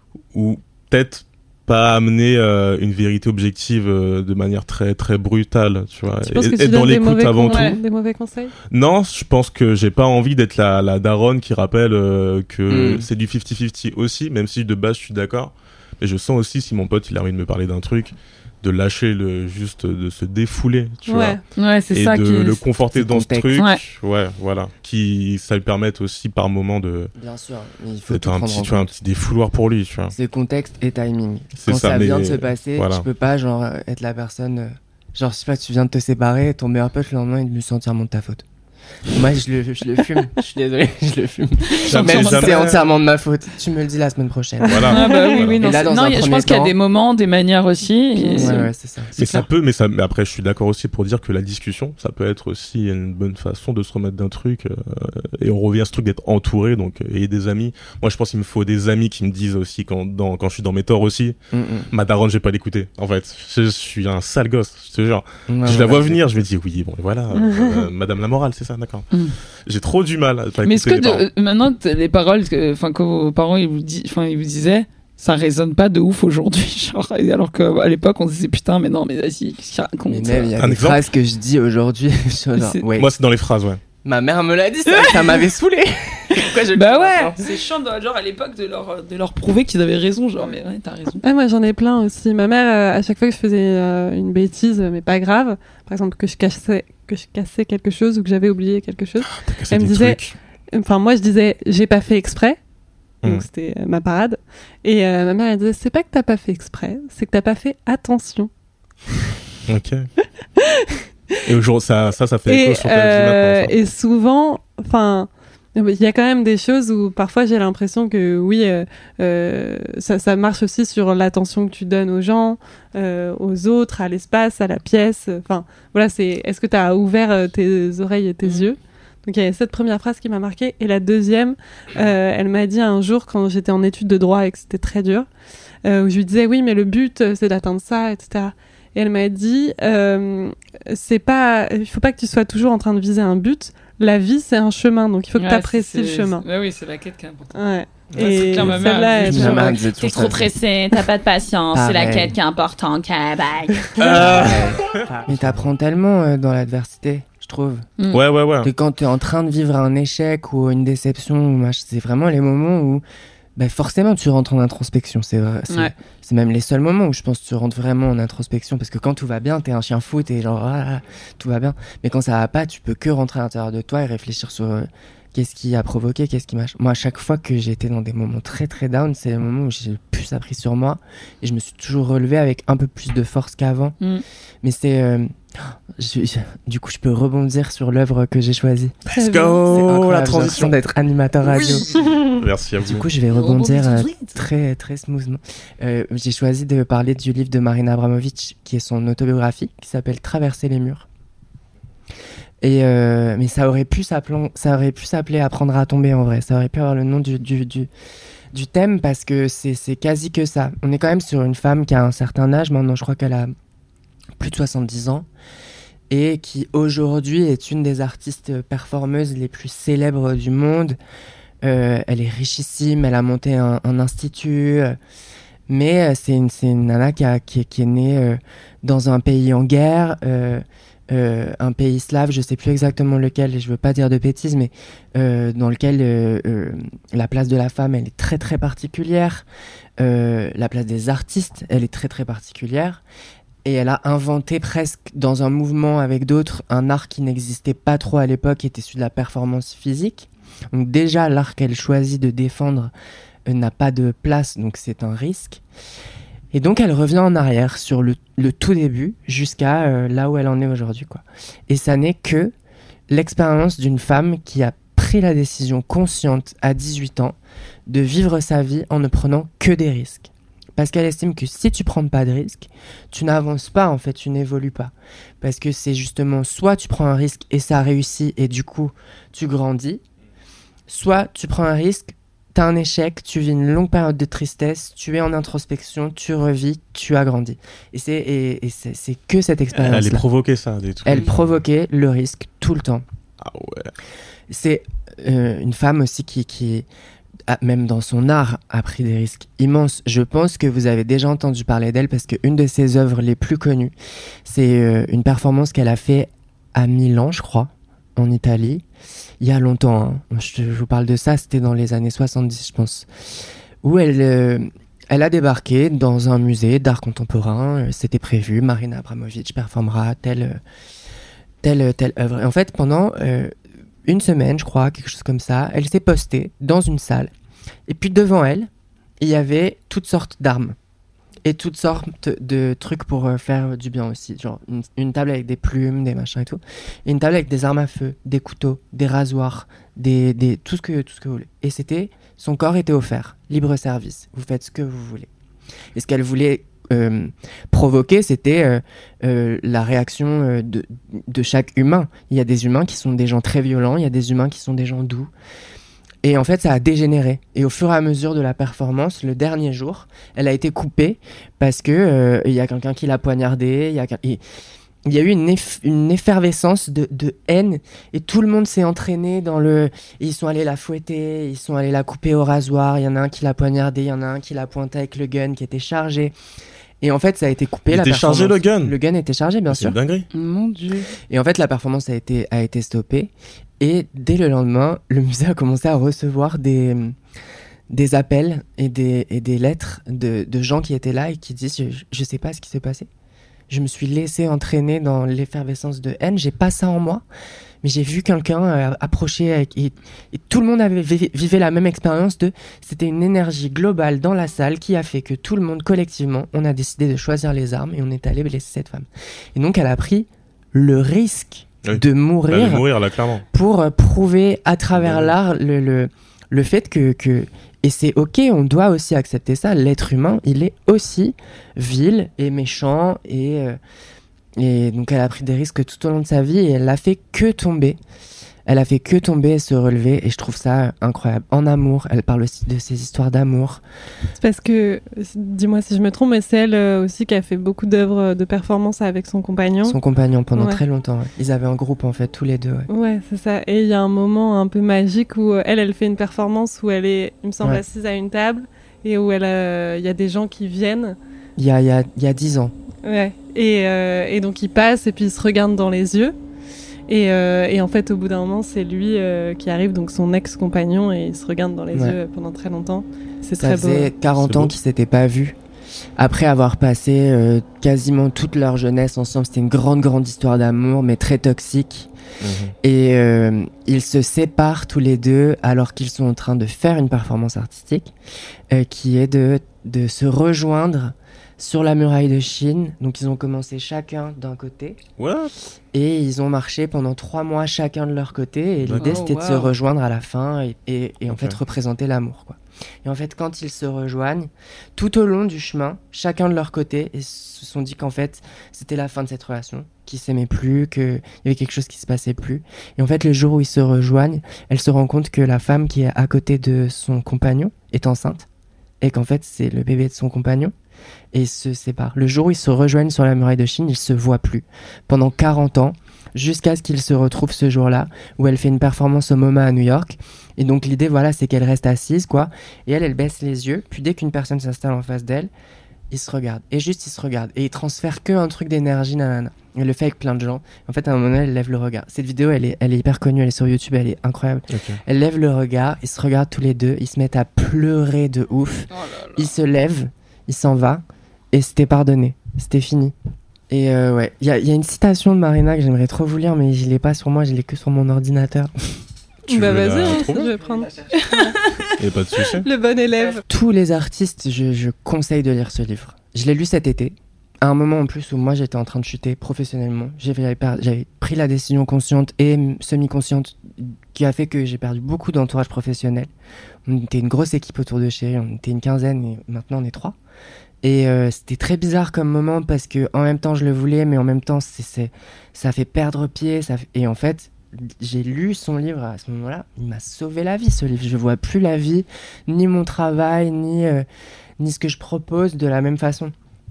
Speaker 1: où peut-être pas amener euh, une vérité objective euh, de manière très très brutale, tu vois.
Speaker 2: Tu penses
Speaker 1: Et-
Speaker 2: que tu
Speaker 1: être dans
Speaker 2: donnes des
Speaker 1: l'écoute
Speaker 2: mauvais,
Speaker 1: avant
Speaker 2: con-
Speaker 1: tout.
Speaker 2: ouais, des mauvais conseils?
Speaker 1: Non, je pense que j'ai pas envie d'être la, la daronne qui rappelle euh, que
Speaker 3: Mm.
Speaker 1: c'est du cinquante cinquante aussi, même si de base je suis d'accord. Mais je sens aussi si mon pote il a envie de me parler d'un truc, de lâcher le juste de se défouler, tu
Speaker 2: Ouais.
Speaker 4: Ouais, c'est
Speaker 1: vois, et
Speaker 4: ça
Speaker 1: de
Speaker 4: qui.
Speaker 1: le conforter
Speaker 3: c'est
Speaker 1: dans ce
Speaker 3: contexte.
Speaker 1: truc.
Speaker 4: Ouais.
Speaker 1: Ouais, voilà, qui ça lui permette aussi par moment de
Speaker 3: Bien sûr, mais il faut
Speaker 1: d'être
Speaker 3: tout
Speaker 1: un
Speaker 3: prendre
Speaker 1: petit,
Speaker 3: en
Speaker 1: tu vois, un
Speaker 3: compte.
Speaker 1: petit défouloir pour lui, tu vois.
Speaker 3: C'est contexte et timing.
Speaker 1: C'est
Speaker 3: Quand
Speaker 1: ça,
Speaker 3: ça,
Speaker 1: mais
Speaker 3: vient de se passer,
Speaker 1: voilà.
Speaker 3: tu peux pas genre euh, être la personne. euh, Genre, je sais pas, tu viens de te séparer, ton meilleur pote le lendemain, il me sent entièrement de ta faute. Moi, je le, je le fume. Je suis désolé, je le fume.
Speaker 1: Jamais,
Speaker 3: Même si
Speaker 1: jamais.
Speaker 3: c'est entièrement de ma faute. Tu me le dis la semaine prochaine.
Speaker 1: Voilà.
Speaker 4: Ah bah oui,
Speaker 1: Voilà.
Speaker 4: oui, non,
Speaker 3: Et là,
Speaker 4: c'est-
Speaker 3: dans
Speaker 4: non,
Speaker 3: un
Speaker 4: y a- je
Speaker 3: premier
Speaker 4: pense qu'il y a
Speaker 3: temps-
Speaker 4: des moments, des manières aussi. et
Speaker 3: Ouais,
Speaker 4: c'est-
Speaker 3: ouais, c'est ça.
Speaker 1: Mais
Speaker 4: C'est
Speaker 1: ça
Speaker 4: clair.
Speaker 1: peut, mais ça, mais après, je suis d'accord aussi pour dire que la discussion, ça peut être aussi une bonne façon de se remettre d'un truc. euh, et on revient à ce truc d'être entouré, donc euh, et des amis. Moi, je pense qu'il me faut des amis qui me disent aussi quand, dans, quand je suis dans mes torts aussi.
Speaker 3: Mm, mm.
Speaker 1: Ma daronne, j'ai pas l'écouter. En fait, je, je suis un sale gosse. Je te jure.
Speaker 3: Ouais,
Speaker 1: je la
Speaker 3: ouais,
Speaker 1: vois
Speaker 3: ouais.
Speaker 1: venir, je me dis oui, bon, voilà, euh, Madame la morale, c'est ça, d'accord.
Speaker 4: Mm.
Speaker 1: J'ai trop du mal à pas
Speaker 4: Mais est-ce
Speaker 1: écouter
Speaker 4: que
Speaker 1: les parents.
Speaker 4: de- maintenant t- les paroles, que, enfin que vos parents ils vous disent, enfin ils vous disaient, ça résonne pas de ouf aujourd'hui, genre et alors qu'à l'époque on se disait putain mais non mais vas-y qu'est-ce qu'il raconte.
Speaker 3: Mais même, il y a
Speaker 1: Un
Speaker 3: des
Speaker 1: exemple
Speaker 3: phrases que je dis aujourd'hui. je suis genre,
Speaker 4: C'est-
Speaker 3: ouais.
Speaker 1: Moi, c'est dans les phrases, ouais.
Speaker 3: Ma mère me l'a dit, ça, ça m'avait saoulé. Pourquoi je le
Speaker 4: Bah
Speaker 3: dis
Speaker 4: ouais,
Speaker 3: maintenant
Speaker 4: c'est chiant de- genre à l'époque de leur de leur prouver qu'ils avaient raison, genre mais ouais t'as raison.
Speaker 2: Ah, moi j'en ai plein aussi. Ma mère, euh, à chaque fois que je faisais euh, une bêtise, mais pas grave, par exemple que je cassais, que je cassais quelque chose ou que j'avais oublié quelque chose,
Speaker 1: T'as cassé
Speaker 2: Elle me
Speaker 1: des
Speaker 2: disait-
Speaker 1: trucs.
Speaker 2: enfin moi je disais j'ai pas fait exprès,
Speaker 1: Mm.
Speaker 2: donc c'était euh, ma parade, et euh, ma mère elle disait c'est pas que t'as pas fait exprès, c'est que t'as pas fait attention.
Speaker 1: Ok. Et aujourd'hui, ça, ça, ça fait
Speaker 2: Et,
Speaker 1: écho sur ta vie
Speaker 2: euh,
Speaker 1: maintenant. ça.
Speaker 2: et souvent, enfin, il y a quand même des choses où parfois j'ai l'impression que oui, euh, euh, ça, ça marche aussi sur l'attention que tu donnes aux gens, euh, aux autres, à l'espace, à la pièce. Enfin, voilà, c'est est-ce que tu as ouvert euh, tes oreilles et tes
Speaker 4: Mhm.
Speaker 2: yeux? Donc il y a cette première phrase qui m'a marquée. Et la deuxième, euh, elle m'a dit un jour quand j'étais en études de droit et que c'était très dur, euh, où je lui disais oui, mais le but euh, c'est d'atteindre ça, et cetera. Et elle m'a dit, euh, c'est pas, il faut pas que tu sois toujours en train de viser un but. La vie, c'est un chemin, donc il faut que
Speaker 4: Ouais,
Speaker 2: tu apprécies
Speaker 4: c'est-
Speaker 2: le chemin.
Speaker 4: Ouais, oui, c'est la quête qui est importante.
Speaker 2: Ouais.
Speaker 4: Ouais, c'est
Speaker 2: Et
Speaker 4: clair, ma mère,
Speaker 2: celle-là,
Speaker 4: elle
Speaker 2: elle
Speaker 4: dit
Speaker 3: Ma
Speaker 2: m'a-
Speaker 3: mère disait toujours
Speaker 6: T'es
Speaker 3: ça.
Speaker 6: trop pressé, t'as pas de patience, c'est la
Speaker 3: Pareil.
Speaker 6: quête qui est importante. Bye.
Speaker 3: Mais t'apprends tellement euh, dans l'adversité, je trouve.
Speaker 4: Mm.
Speaker 1: Ouais, ouais, ouais.
Speaker 3: Que quand t'es en train de vivre un échec ou une déception, ou mach- c'est vraiment les moments où bah, forcément tu rentres en introspection. C'est vrai, c'est,
Speaker 4: Ouais.
Speaker 3: c'est même les seuls moments où je pense que tu rentres vraiment en introspection parce que quand tout va bien, t'es un chien fou, t'es genre ah, tout va bien. Mais quand ça va pas, tu peux que rentrer à l'intérieur de toi et réfléchir sur euh, qu'est-ce qui a provoqué, qu'est-ce qui m'a. Moi, à chaque fois que j'ai été dans des moments très très down, c'est les moments où j'ai le plus appris sur moi et je me suis toujours relevé avec un peu plus de force qu'avant.
Speaker 4: Mm.
Speaker 3: Mais c'est euh, je- je- du coup, je peux rebondir sur l'œuvre que j'ai choisie.
Speaker 1: Let's
Speaker 3: C'est
Speaker 1: go,
Speaker 3: incroyable,
Speaker 1: la
Speaker 3: j'ai l'impression
Speaker 1: transition.
Speaker 3: d'être animateur radio.
Speaker 1: Merci à
Speaker 3: Du
Speaker 1: vous.
Speaker 3: coup, je vais rebondir euh, très très smoothement. Euh, j'ai choisi de parler du livre de Marina Abramovic, qui est son autobiographie, qui s'appelle Traverser les murs. Et euh, mais ça aurait pu s'appeler, ça aurait pu s'appeler Apprendre à tomber en vrai. Ça aurait pu avoir le nom du du du, du thème parce que c'est c'est quasi que ça. On est quand même sur une femme qui a un certain âge maintenant. Je crois qu'elle a plus de soixante-dix ans. Et qui aujourd'hui est une des artistes performeuses les plus célèbres du monde. Euh, elle est richissime, elle a monté un, un institut. Mais euh, c'est, une, c'est une nana qui, a, qui, qui est née euh, dans un pays en guerre, euh, euh, un pays slave, je sais plus exactement lequel, et je veux pas dire de bêtises, mais euh, dans lequel euh, euh, la place de la femme, elle est très très particulière. Euh, la place des artistes, elle est très très particulière. Et elle a inventé presque dans un mouvement avec d'autres un art qui n'existait pas trop à l'époque, qui était celui de la performance physique. Donc déjà, l'art qu'elle choisit de défendre euh, n'a pas de place, donc c'est un risque. Et donc elle revient en arrière sur le, le tout début jusqu'à euh, là où elle en est aujourd'hui, quoi. Et ça n'est que l'expérience d'une femme qui a pris la décision consciente à dix-huit ans de vivre sa vie en ne prenant que des risques. Parce qu'elle estime que si tu prends pas de risques, tu n'avances pas, en fait, tu n'évolues pas. Parce que c'est justement, soit tu prends un risque et ça réussit et du coup, tu grandis, soit tu prends un risque, t'as un échec, tu vis une longue période de tristesse, tu es en introspection, tu revis, tu as grandi. Et c'est, et, et c'est, c'est que cette expérience-là.
Speaker 1: Elle provoquait ça, des trucs.
Speaker 3: Elle provoquait le risque tout le temps.
Speaker 1: Ah ouais.
Speaker 3: C'est euh, une femme aussi qui... qui a, même dans son art, a pris des risques immenses. Je pense que vous avez déjà entendu parler d'elle parce qu'une de ses œuvres les plus connues, c'est euh, une performance qu'elle a fait à Milan, je crois, en Italie, il y a longtemps. Hein. Je, je vous parle de ça, c'était dans les années soixante-dix, je pense, où elle, euh, elle a débarqué dans un musée d'art contemporain. Euh, c'était prévu, Marina Abramovic performera telle, telle, telle œuvre. Et en fait, pendant... Euh, une semaine, je crois, quelque chose comme ça, elle s'est postée dans une salle. Et puis devant elle, il y avait toutes sortes d'armes. Et toutes sortes de trucs pour euh, faire du bien aussi. Genre une, une table avec des plumes, des machins et tout. Et une table avec des armes à feu, des couteaux, des rasoirs, des, des, tout, ce que, tout ce que vous voulez. Et c'était, son corps était offert, libre service. Vous faites ce que vous voulez. Et ce qu'elle voulait Euh, provoquer, c'était euh, euh, la réaction euh, de, de chaque humain. Il y a des humains qui sont des gens très violents, il y a des humains qui sont des gens doux. Et en fait, ça a dégénéré. Et au fur et à mesure de la performance, le dernier jour, elle a été coupée parce que euh, il y a quelqu'un qui l'a poignardée, il y a, il, il y a eu une, eff, une effervescence de, de haine et tout le monde s'est entraîné dans le... Ils sont allés la fouetter, ils sont allés la couper au rasoir, il y en a un qui l'a poignardée, il y en a un qui l'a pointé avec le gun qui était chargé. Et en fait, ça a été coupé.
Speaker 1: Il
Speaker 3: la
Speaker 1: était
Speaker 3: performance.
Speaker 1: chargé le gun.
Speaker 3: Le gun était chargé, bien
Speaker 1: C'est
Speaker 3: sûr.
Speaker 1: une dinguerie.
Speaker 4: Mon Dieu.
Speaker 3: Et en fait, la performance a été, a été stoppée. Et dès le lendemain, le musée a commencé à recevoir des, des appels et des, et des lettres de, de gens qui étaient là et qui disent je, je sais pas ce qui s'est passé. Je me suis laissé entraîner dans l'effervescence de haine. J'ai pas ça en moi. Mais j'ai vu quelqu'un euh, approcher avec, et, et tout le monde avait vi- vivait la même expérience de c'était une énergie globale dans la salle qui a fait que tout le monde collectivement on a décidé de choisir les armes et on est allé blesser cette femme. Et donc elle a pris le risque
Speaker 1: Oui.
Speaker 3: de mourir,
Speaker 1: Bah, de mourir là clairement.
Speaker 3: pour euh, prouver à travers
Speaker 1: Oui.
Speaker 3: l'art le, le, le fait que, que et c'est ok, on doit aussi accepter ça, l'être humain il est aussi vil et méchant et euh, Et donc elle a pris des risques tout au long de sa vie et elle n'a fait que tomber. Elle a fait que tomber et se relever et je trouve ça incroyable. En amour, elle parle aussi de ses histoires d'amour.
Speaker 2: C'est parce que, dis-moi si je me trompe, mais c'est elle euh, aussi qui a fait beaucoup d'œuvres de performance avec son compagnon.
Speaker 3: Son compagnon pendant
Speaker 2: Ouais.
Speaker 3: très longtemps. Ouais. Ils avaient un groupe en fait, tous les deux. Ouais.
Speaker 2: Ouais, c'est ça. Et il y a un moment un peu magique où euh, elle, elle fait une performance où elle est, il me semble,
Speaker 3: Ouais.
Speaker 2: assise à une table et où elle, euh, il y a des gens qui viennent.
Speaker 3: Il y a, il y a, il y a dix ans.
Speaker 2: Ouais. Et, euh, et donc ils passent et puis ils se regardent dans les yeux. Et, euh, et en fait, au bout d'un moment, c'est lui euh, qui arrive, donc son ex-compagnon, et ils se regardent dans les
Speaker 3: Ouais.
Speaker 2: yeux pendant très longtemps. C'est
Speaker 3: Ça
Speaker 2: très beau.
Speaker 3: faisait quarante
Speaker 1: C'est
Speaker 3: ans
Speaker 1: beau.
Speaker 3: qu'ils s'étaient pas vus. Après avoir passé euh, quasiment toute leur jeunesse ensemble, c'était une grande, grande histoire d'amour, mais très toxique.
Speaker 1: Mhm.
Speaker 3: Et euh, ils se séparent tous les deux alors qu'ils sont en train de faire une performance artistique euh, qui est de, de se rejoindre sur la muraille de Chine. Donc ils ont commencé chacun d'un côté
Speaker 1: What?
Speaker 3: et ils ont marché pendant trois mois chacun de leur côté et l'idée
Speaker 1: D'accord.
Speaker 3: c'était
Speaker 4: Oh,
Speaker 3: de se
Speaker 4: wow.
Speaker 3: rejoindre à la fin et, et, et en
Speaker 1: Ok.
Speaker 3: fait représenter l'amour, quoi. Et en fait quand ils se rejoignent tout au long du chemin chacun de leur côté ils se sont dit qu'en fait c'était la fin de cette relation, qu'ils s'aimaient plus, qu'il y avait quelque chose qui se passait plus. Et en fait le jour où ils se rejoignent elle se rend compte que la femme qui est à côté de son compagnon est enceinte et qu'en fait c'est le bébé de son compagnon. Et ils se séparent. Le jour où ils se rejoignent sur la muraille de Chine, ils se voient plus. Pendant quarante ans, jusqu'à ce qu'ils se retrouvent ce jour-là, où elle fait une performance au MoMA à New York. Et donc l'idée, voilà, c'est qu'elle reste assise, quoi. Et elle, elle baisse les yeux. Puis dès qu'une personne s'installe en face d'elle, ils se regardent. Et juste, ils se regardent. Et ils transfèrent que un truc d'énergie, nanana. Elle le fait avec plein de gens. En fait, à un moment donné, elle lève le regard. Cette vidéo, elle est, elle est hyper connue. Elle est sur YouTube. Elle est incroyable. Okay. Elle lève le regard. Ils se regardent tous les deux. Ils se mettent à pleurer de ouf. Oh là là. Ils se lèvent. Il s'en va. Et c'était pardonné. C'était fini. Et euh, ouais. Il y a, y a une citation de Marina que j'aimerais trop vous lire, mais je l'ai pas sur moi. Je l'ai que sur mon ordinateur.
Speaker 2: Tu bah vas-y, hein, je vais prendre.
Speaker 1: Et pas de souci.
Speaker 2: Le bon élève.
Speaker 3: Tous les artistes, je, je conseille de lire ce livre. Je l'ai lu cet été, à un moment en plus où moi j'étais en train de chuter professionnellement. J'avais, j'avais pris la décision consciente et semi-consciente qui a fait que j'ai perdu beaucoup d'entourage professionnel. On était une grosse équipe autour de Chérie, on était une quinzaine et maintenant on est trois. Et euh, c'était très bizarre comme moment parce que en même temps je le voulais, mais en même temps c'est, c'est, ça fait perdre pied. Ça fait... Et en fait, j'ai lu son livre à ce moment-là, il m'a sauvé la vie ce livre. Je vois plus la vie, ni mon travail, ni, euh, ni ce que je propose de la même façon.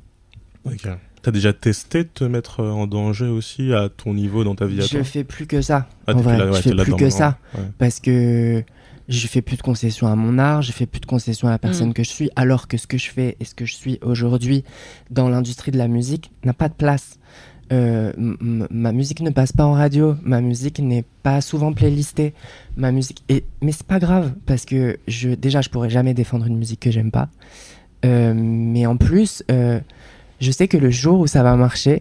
Speaker 1: Ok. T'as déjà testé de te mettre en danger aussi à ton niveau dans ta vie à
Speaker 3: je
Speaker 1: toi ?
Speaker 3: fais plus que ça.
Speaker 1: Ah,
Speaker 3: en vrai,
Speaker 1: là, ouais,
Speaker 3: je fais plus que ça.
Speaker 1: Ouais.
Speaker 3: Parce que je fais plus de concessions à mon art, je fais plus de concessions à la personne mmh. que je suis, alors que ce que je fais et ce que je suis aujourd'hui dans l'industrie de la musique n'a pas de place. Euh, m- ma musique ne passe pas en radio, ma musique n'est pas souvent playlistée, ma musique et mais c'est pas grave parce que je déjà je pourrais jamais défendre une musique que j'aime pas, euh, mais en plus euh, je sais que le jour où ça va marcher,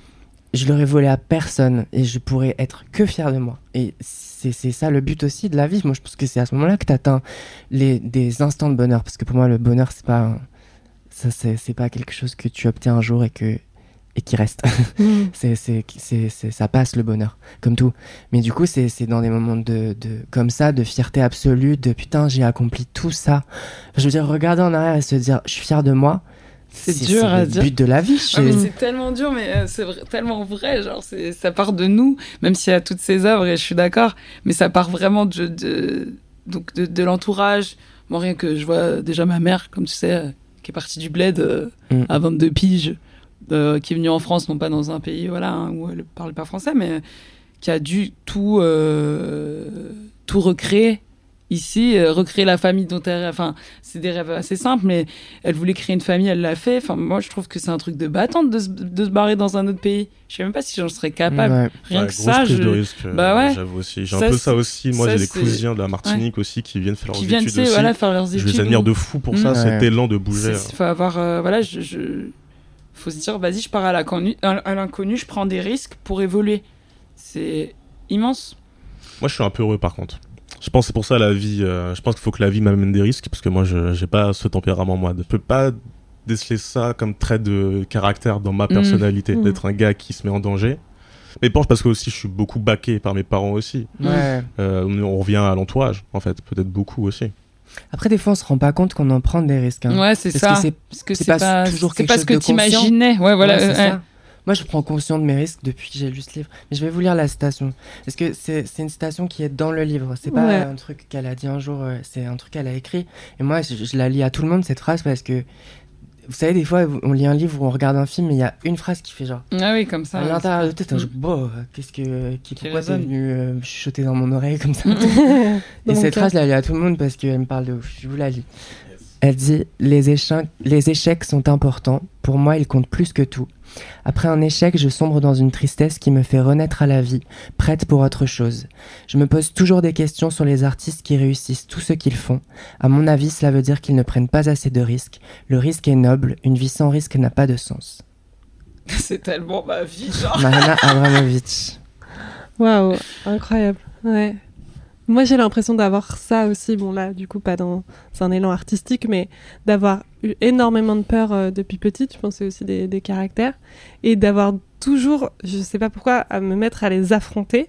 Speaker 3: je l'aurais volé à personne et je pourrais être que fier de moi. Et c'est c'est ça le but aussi de la vie. Moi je pense que c'est à ce moment-là que t'atteins les des instants de bonheur, parce que pour moi le bonheur c'est pas un, ça c'est c'est pas quelque chose que tu obtiens un jour et que et qui reste. Mmh. c'est, c'est, c'est, c'est, ça passe le bonheur, comme tout. Mais du coup, c'est, c'est dans des moments de, de, comme ça, de fierté absolue, de putain, j'ai accompli tout ça. Je veux dire, regarder en arrière et se dire, je suis fier de moi.
Speaker 4: C'est, c'est dur c'est à
Speaker 3: le
Speaker 4: dire.
Speaker 3: Le but de la vie.
Speaker 4: Ah, mais c'est tellement dur, mais euh, c'est vrai, tellement vrai. Genre, c'est, ça part de nous, même s'il y a toutes ces œuvres, et je suis d'accord, mais ça part vraiment de, de, donc de, de l'entourage. Bon, rien que je vois déjà ma mère, comme tu sais, euh, qui est partie du bled euh, mmh. à vingt-deux piges. Euh, qui est venue en France, non pas dans un pays voilà, hein, où elle ne parle pas français, mais qui a dû tout, euh, tout recréer ici, euh, recréer la famille dont elle... Enfin, c'est des rêves assez simples, mais elle voulait créer une famille, elle l'a fait. Enfin, moi, je trouve que c'est un truc de battante de se, de se barrer dans un autre pays. Je ne sais même pas si j'en serais capable. Ouais. Rien
Speaker 1: ouais,
Speaker 4: que ça,
Speaker 1: je...
Speaker 4: de
Speaker 1: risque,
Speaker 4: bah ouais.
Speaker 1: J'avoue aussi. J'ai
Speaker 4: ça,
Speaker 1: un peu ça aussi. Moi,
Speaker 4: ça,
Speaker 1: j'ai des
Speaker 4: c'est...
Speaker 1: cousins de la Martinique ouais. aussi qui viennent faire leurs
Speaker 4: qui
Speaker 1: études
Speaker 4: viennent,
Speaker 1: aussi.
Speaker 4: Voilà, faire leurs études.
Speaker 1: Je les admire de fou pour mmh. ça,
Speaker 3: ouais.
Speaker 1: cet élan de bouger.
Speaker 4: Il faut avoir... Euh, voilà, je... je... faut se dire, vas-y, je pars à l'inconnu, à l'inconnu, je prends des risques pour évoluer. C'est immense.
Speaker 1: Moi, je suis un peu heureux, par contre. Je pense que c'est pour ça la vie. Euh, je pense qu'il faut que la vie m'amène des risques, parce que moi, je j'ai pas ce tempérament. Moi, je peux pas déceler ça comme trait de caractère dans ma personnalité, mmh. d'être un gars qui se met en danger. Mais je pense parce que aussi, je suis beaucoup baqué par mes parents aussi.
Speaker 3: Ouais.
Speaker 1: Euh, on revient à l'entourage, en fait, peut-être beaucoup aussi.
Speaker 3: Après, des fois, on se rend pas compte qu'on en prend des risques. Hein.
Speaker 4: Ouais, c'est
Speaker 3: parce
Speaker 4: ça.
Speaker 3: Que c'est,
Speaker 4: parce que
Speaker 3: c'est,
Speaker 4: c'est
Speaker 3: pas,
Speaker 4: pas
Speaker 3: toujours
Speaker 4: c'est
Speaker 3: quelque
Speaker 4: pas
Speaker 3: chose
Speaker 4: ce que
Speaker 3: de
Speaker 4: tu imaginais. Ouais, voilà.
Speaker 3: Ouais, c'est
Speaker 4: ouais.
Speaker 3: ça. Moi, je prends conscience de mes risques depuis que j'ai lu ce livre. Mais je vais vous lire la citation. Parce que c'est, c'est une citation qui est dans le livre. C'est pas ouais. un truc qu'elle a dit un jour. C'est un truc qu'elle a écrit. Et moi, je, je la lis à tout le monde, cette phrase, parce que vous savez, des fois, on lit un livre ou on regarde un film et il y a une phrase qui fait genre.
Speaker 4: Ah oui, comme ça.
Speaker 3: À l'intérieur de tête, mmh. je bon, qu'est-ce que. Qui, pourquoi t'es venu euh, chuchoter dans mon oreille comme ça Et cette cas. phrase, je la lis à tout le monde parce qu'elle me parle de ouf. Je vous la lis. Yes. Elle dit les échecs, les échecs sont importants. Pour moi, ils comptent plus que tout. Après un échec, je sombre dans une tristesse qui me fait renaître à la vie, prête pour autre chose. Je me pose toujours des questions sur les artistes qui réussissent tout ce qu'ils font. À mon avis, cela veut dire qu'ils ne prennent pas assez de risques. Le risque est noble, une vie sans risque n'a pas de sens.
Speaker 4: C'est tellement ma vie, genre.
Speaker 3: Marina Abramovic.
Speaker 2: Waouh, incroyable. Ouais. Moi, j'ai l'impression d'avoir ça aussi. Bon, là, du coup, pas dans un élan artistique, mais d'avoir eu énormément de peur euh, depuis petite. Je pense que c'est aussi des, des caractères. Et d'avoir toujours, je sais pas pourquoi, à me mettre à les affronter.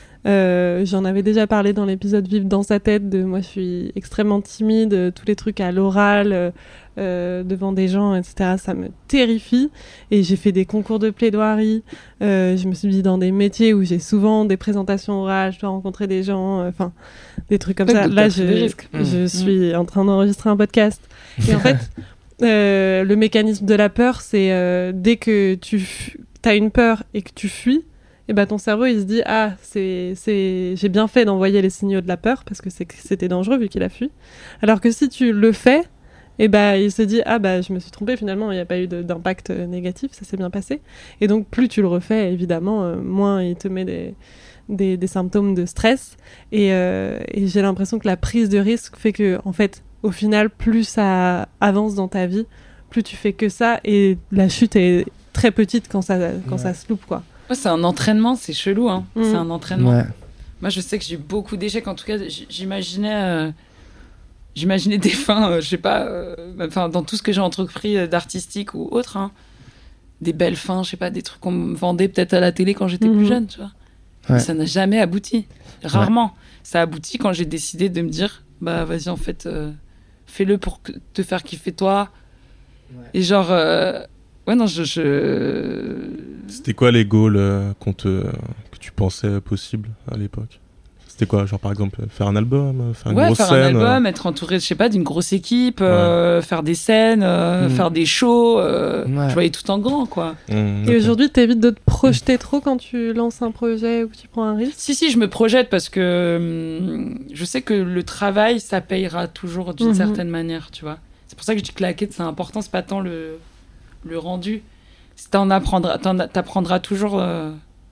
Speaker 2: Euh, j'en avais déjà parlé dans l'épisode Vivre dans sa tête. De moi, je suis extrêmement timide. Tous les trucs à l'oral, euh, euh, devant des gens, et cetera, ça me terrifie. Et j'ai fait des concours de plaidoirie. Euh, je me suis mis dans des métiers où j'ai souvent des présentations orales, je dois rencontrer des gens, enfin, euh, des trucs comme ça. Là, je, je mmh. suis mmh. en train d'enregistrer un podcast. Et en fait, euh, le mécanisme de la peur, c'est euh, dès que tu f- as une peur et que tu fuis, et bah ton cerveau il se dit ah c'est c'est j'ai bien fait d'envoyer les signaux de la peur parce que c'est c'était dangereux vu qu'il a fui. Alors que si tu le fais, et bah il se dit ah bah je me suis trompé, finalement il n'y a pas eu de, d'impact négatif, ça s'est bien passé. Et donc plus tu le refais, évidemment, euh, moins il te met des des, des symptômes de stress. Et, euh, et j'ai l'impression que la prise de risque fait que en fait au final plus ça avance dans ta vie, plus tu fais que ça, et la chute est très petite quand ça quand ouais. ça se loupe quoi.
Speaker 4: Ouais, c'est un entraînement, c'est chelou, hein. Mmh. C'est un entraînement.
Speaker 3: Ouais.
Speaker 4: Moi, je sais que j'ai eu beaucoup d'échecs. En tout cas, j'imaginais, euh, j'imaginais des fins, euh, je sais pas, euh, enfin, dans tout ce que j'ai entrepris euh, d'artistique ou autre, hein, des belles fins, je sais pas, des trucs qu'on me vendait peut-être à la télé quand j'étais mmh. plus jeune, tu vois. Ouais. Ça n'a jamais abouti. Rarement. Ouais. Ça aboutit quand j'ai décidé de me dire, bah, vas-y, en fait, euh, fais-le pour te faire kiffer toi. Ouais. Et genre. Euh, Ouais, non, je, je...
Speaker 1: C'était quoi les goals euh, qu'on te, euh, que tu pensais possible à l'époque ? C'était quoi, genre par exemple faire un album, faire une
Speaker 4: ouais,
Speaker 1: grosse
Speaker 4: faire
Speaker 1: scène,
Speaker 4: un album,
Speaker 1: euh...
Speaker 4: être entouré, je sais pas, d'une grosse équipe, ouais. euh, faire des scènes, euh, mmh. faire des shows. Euh, ouais. Je voyais tout en grand, quoi.
Speaker 2: Mmh, Et okay. aujourd'hui, t'évites de te projeter trop quand tu lances un projet ou que tu prends un risque ?
Speaker 4: Si, si, je me projette parce que hum, je sais que le travail, ça payera toujours d'une mmh. certaine manière, tu vois. C'est pour ça que je dis que la quête, c'est important, c'est pas tant le... le rendu, t'en apprendras, t'en, t'apprendras toujours euh,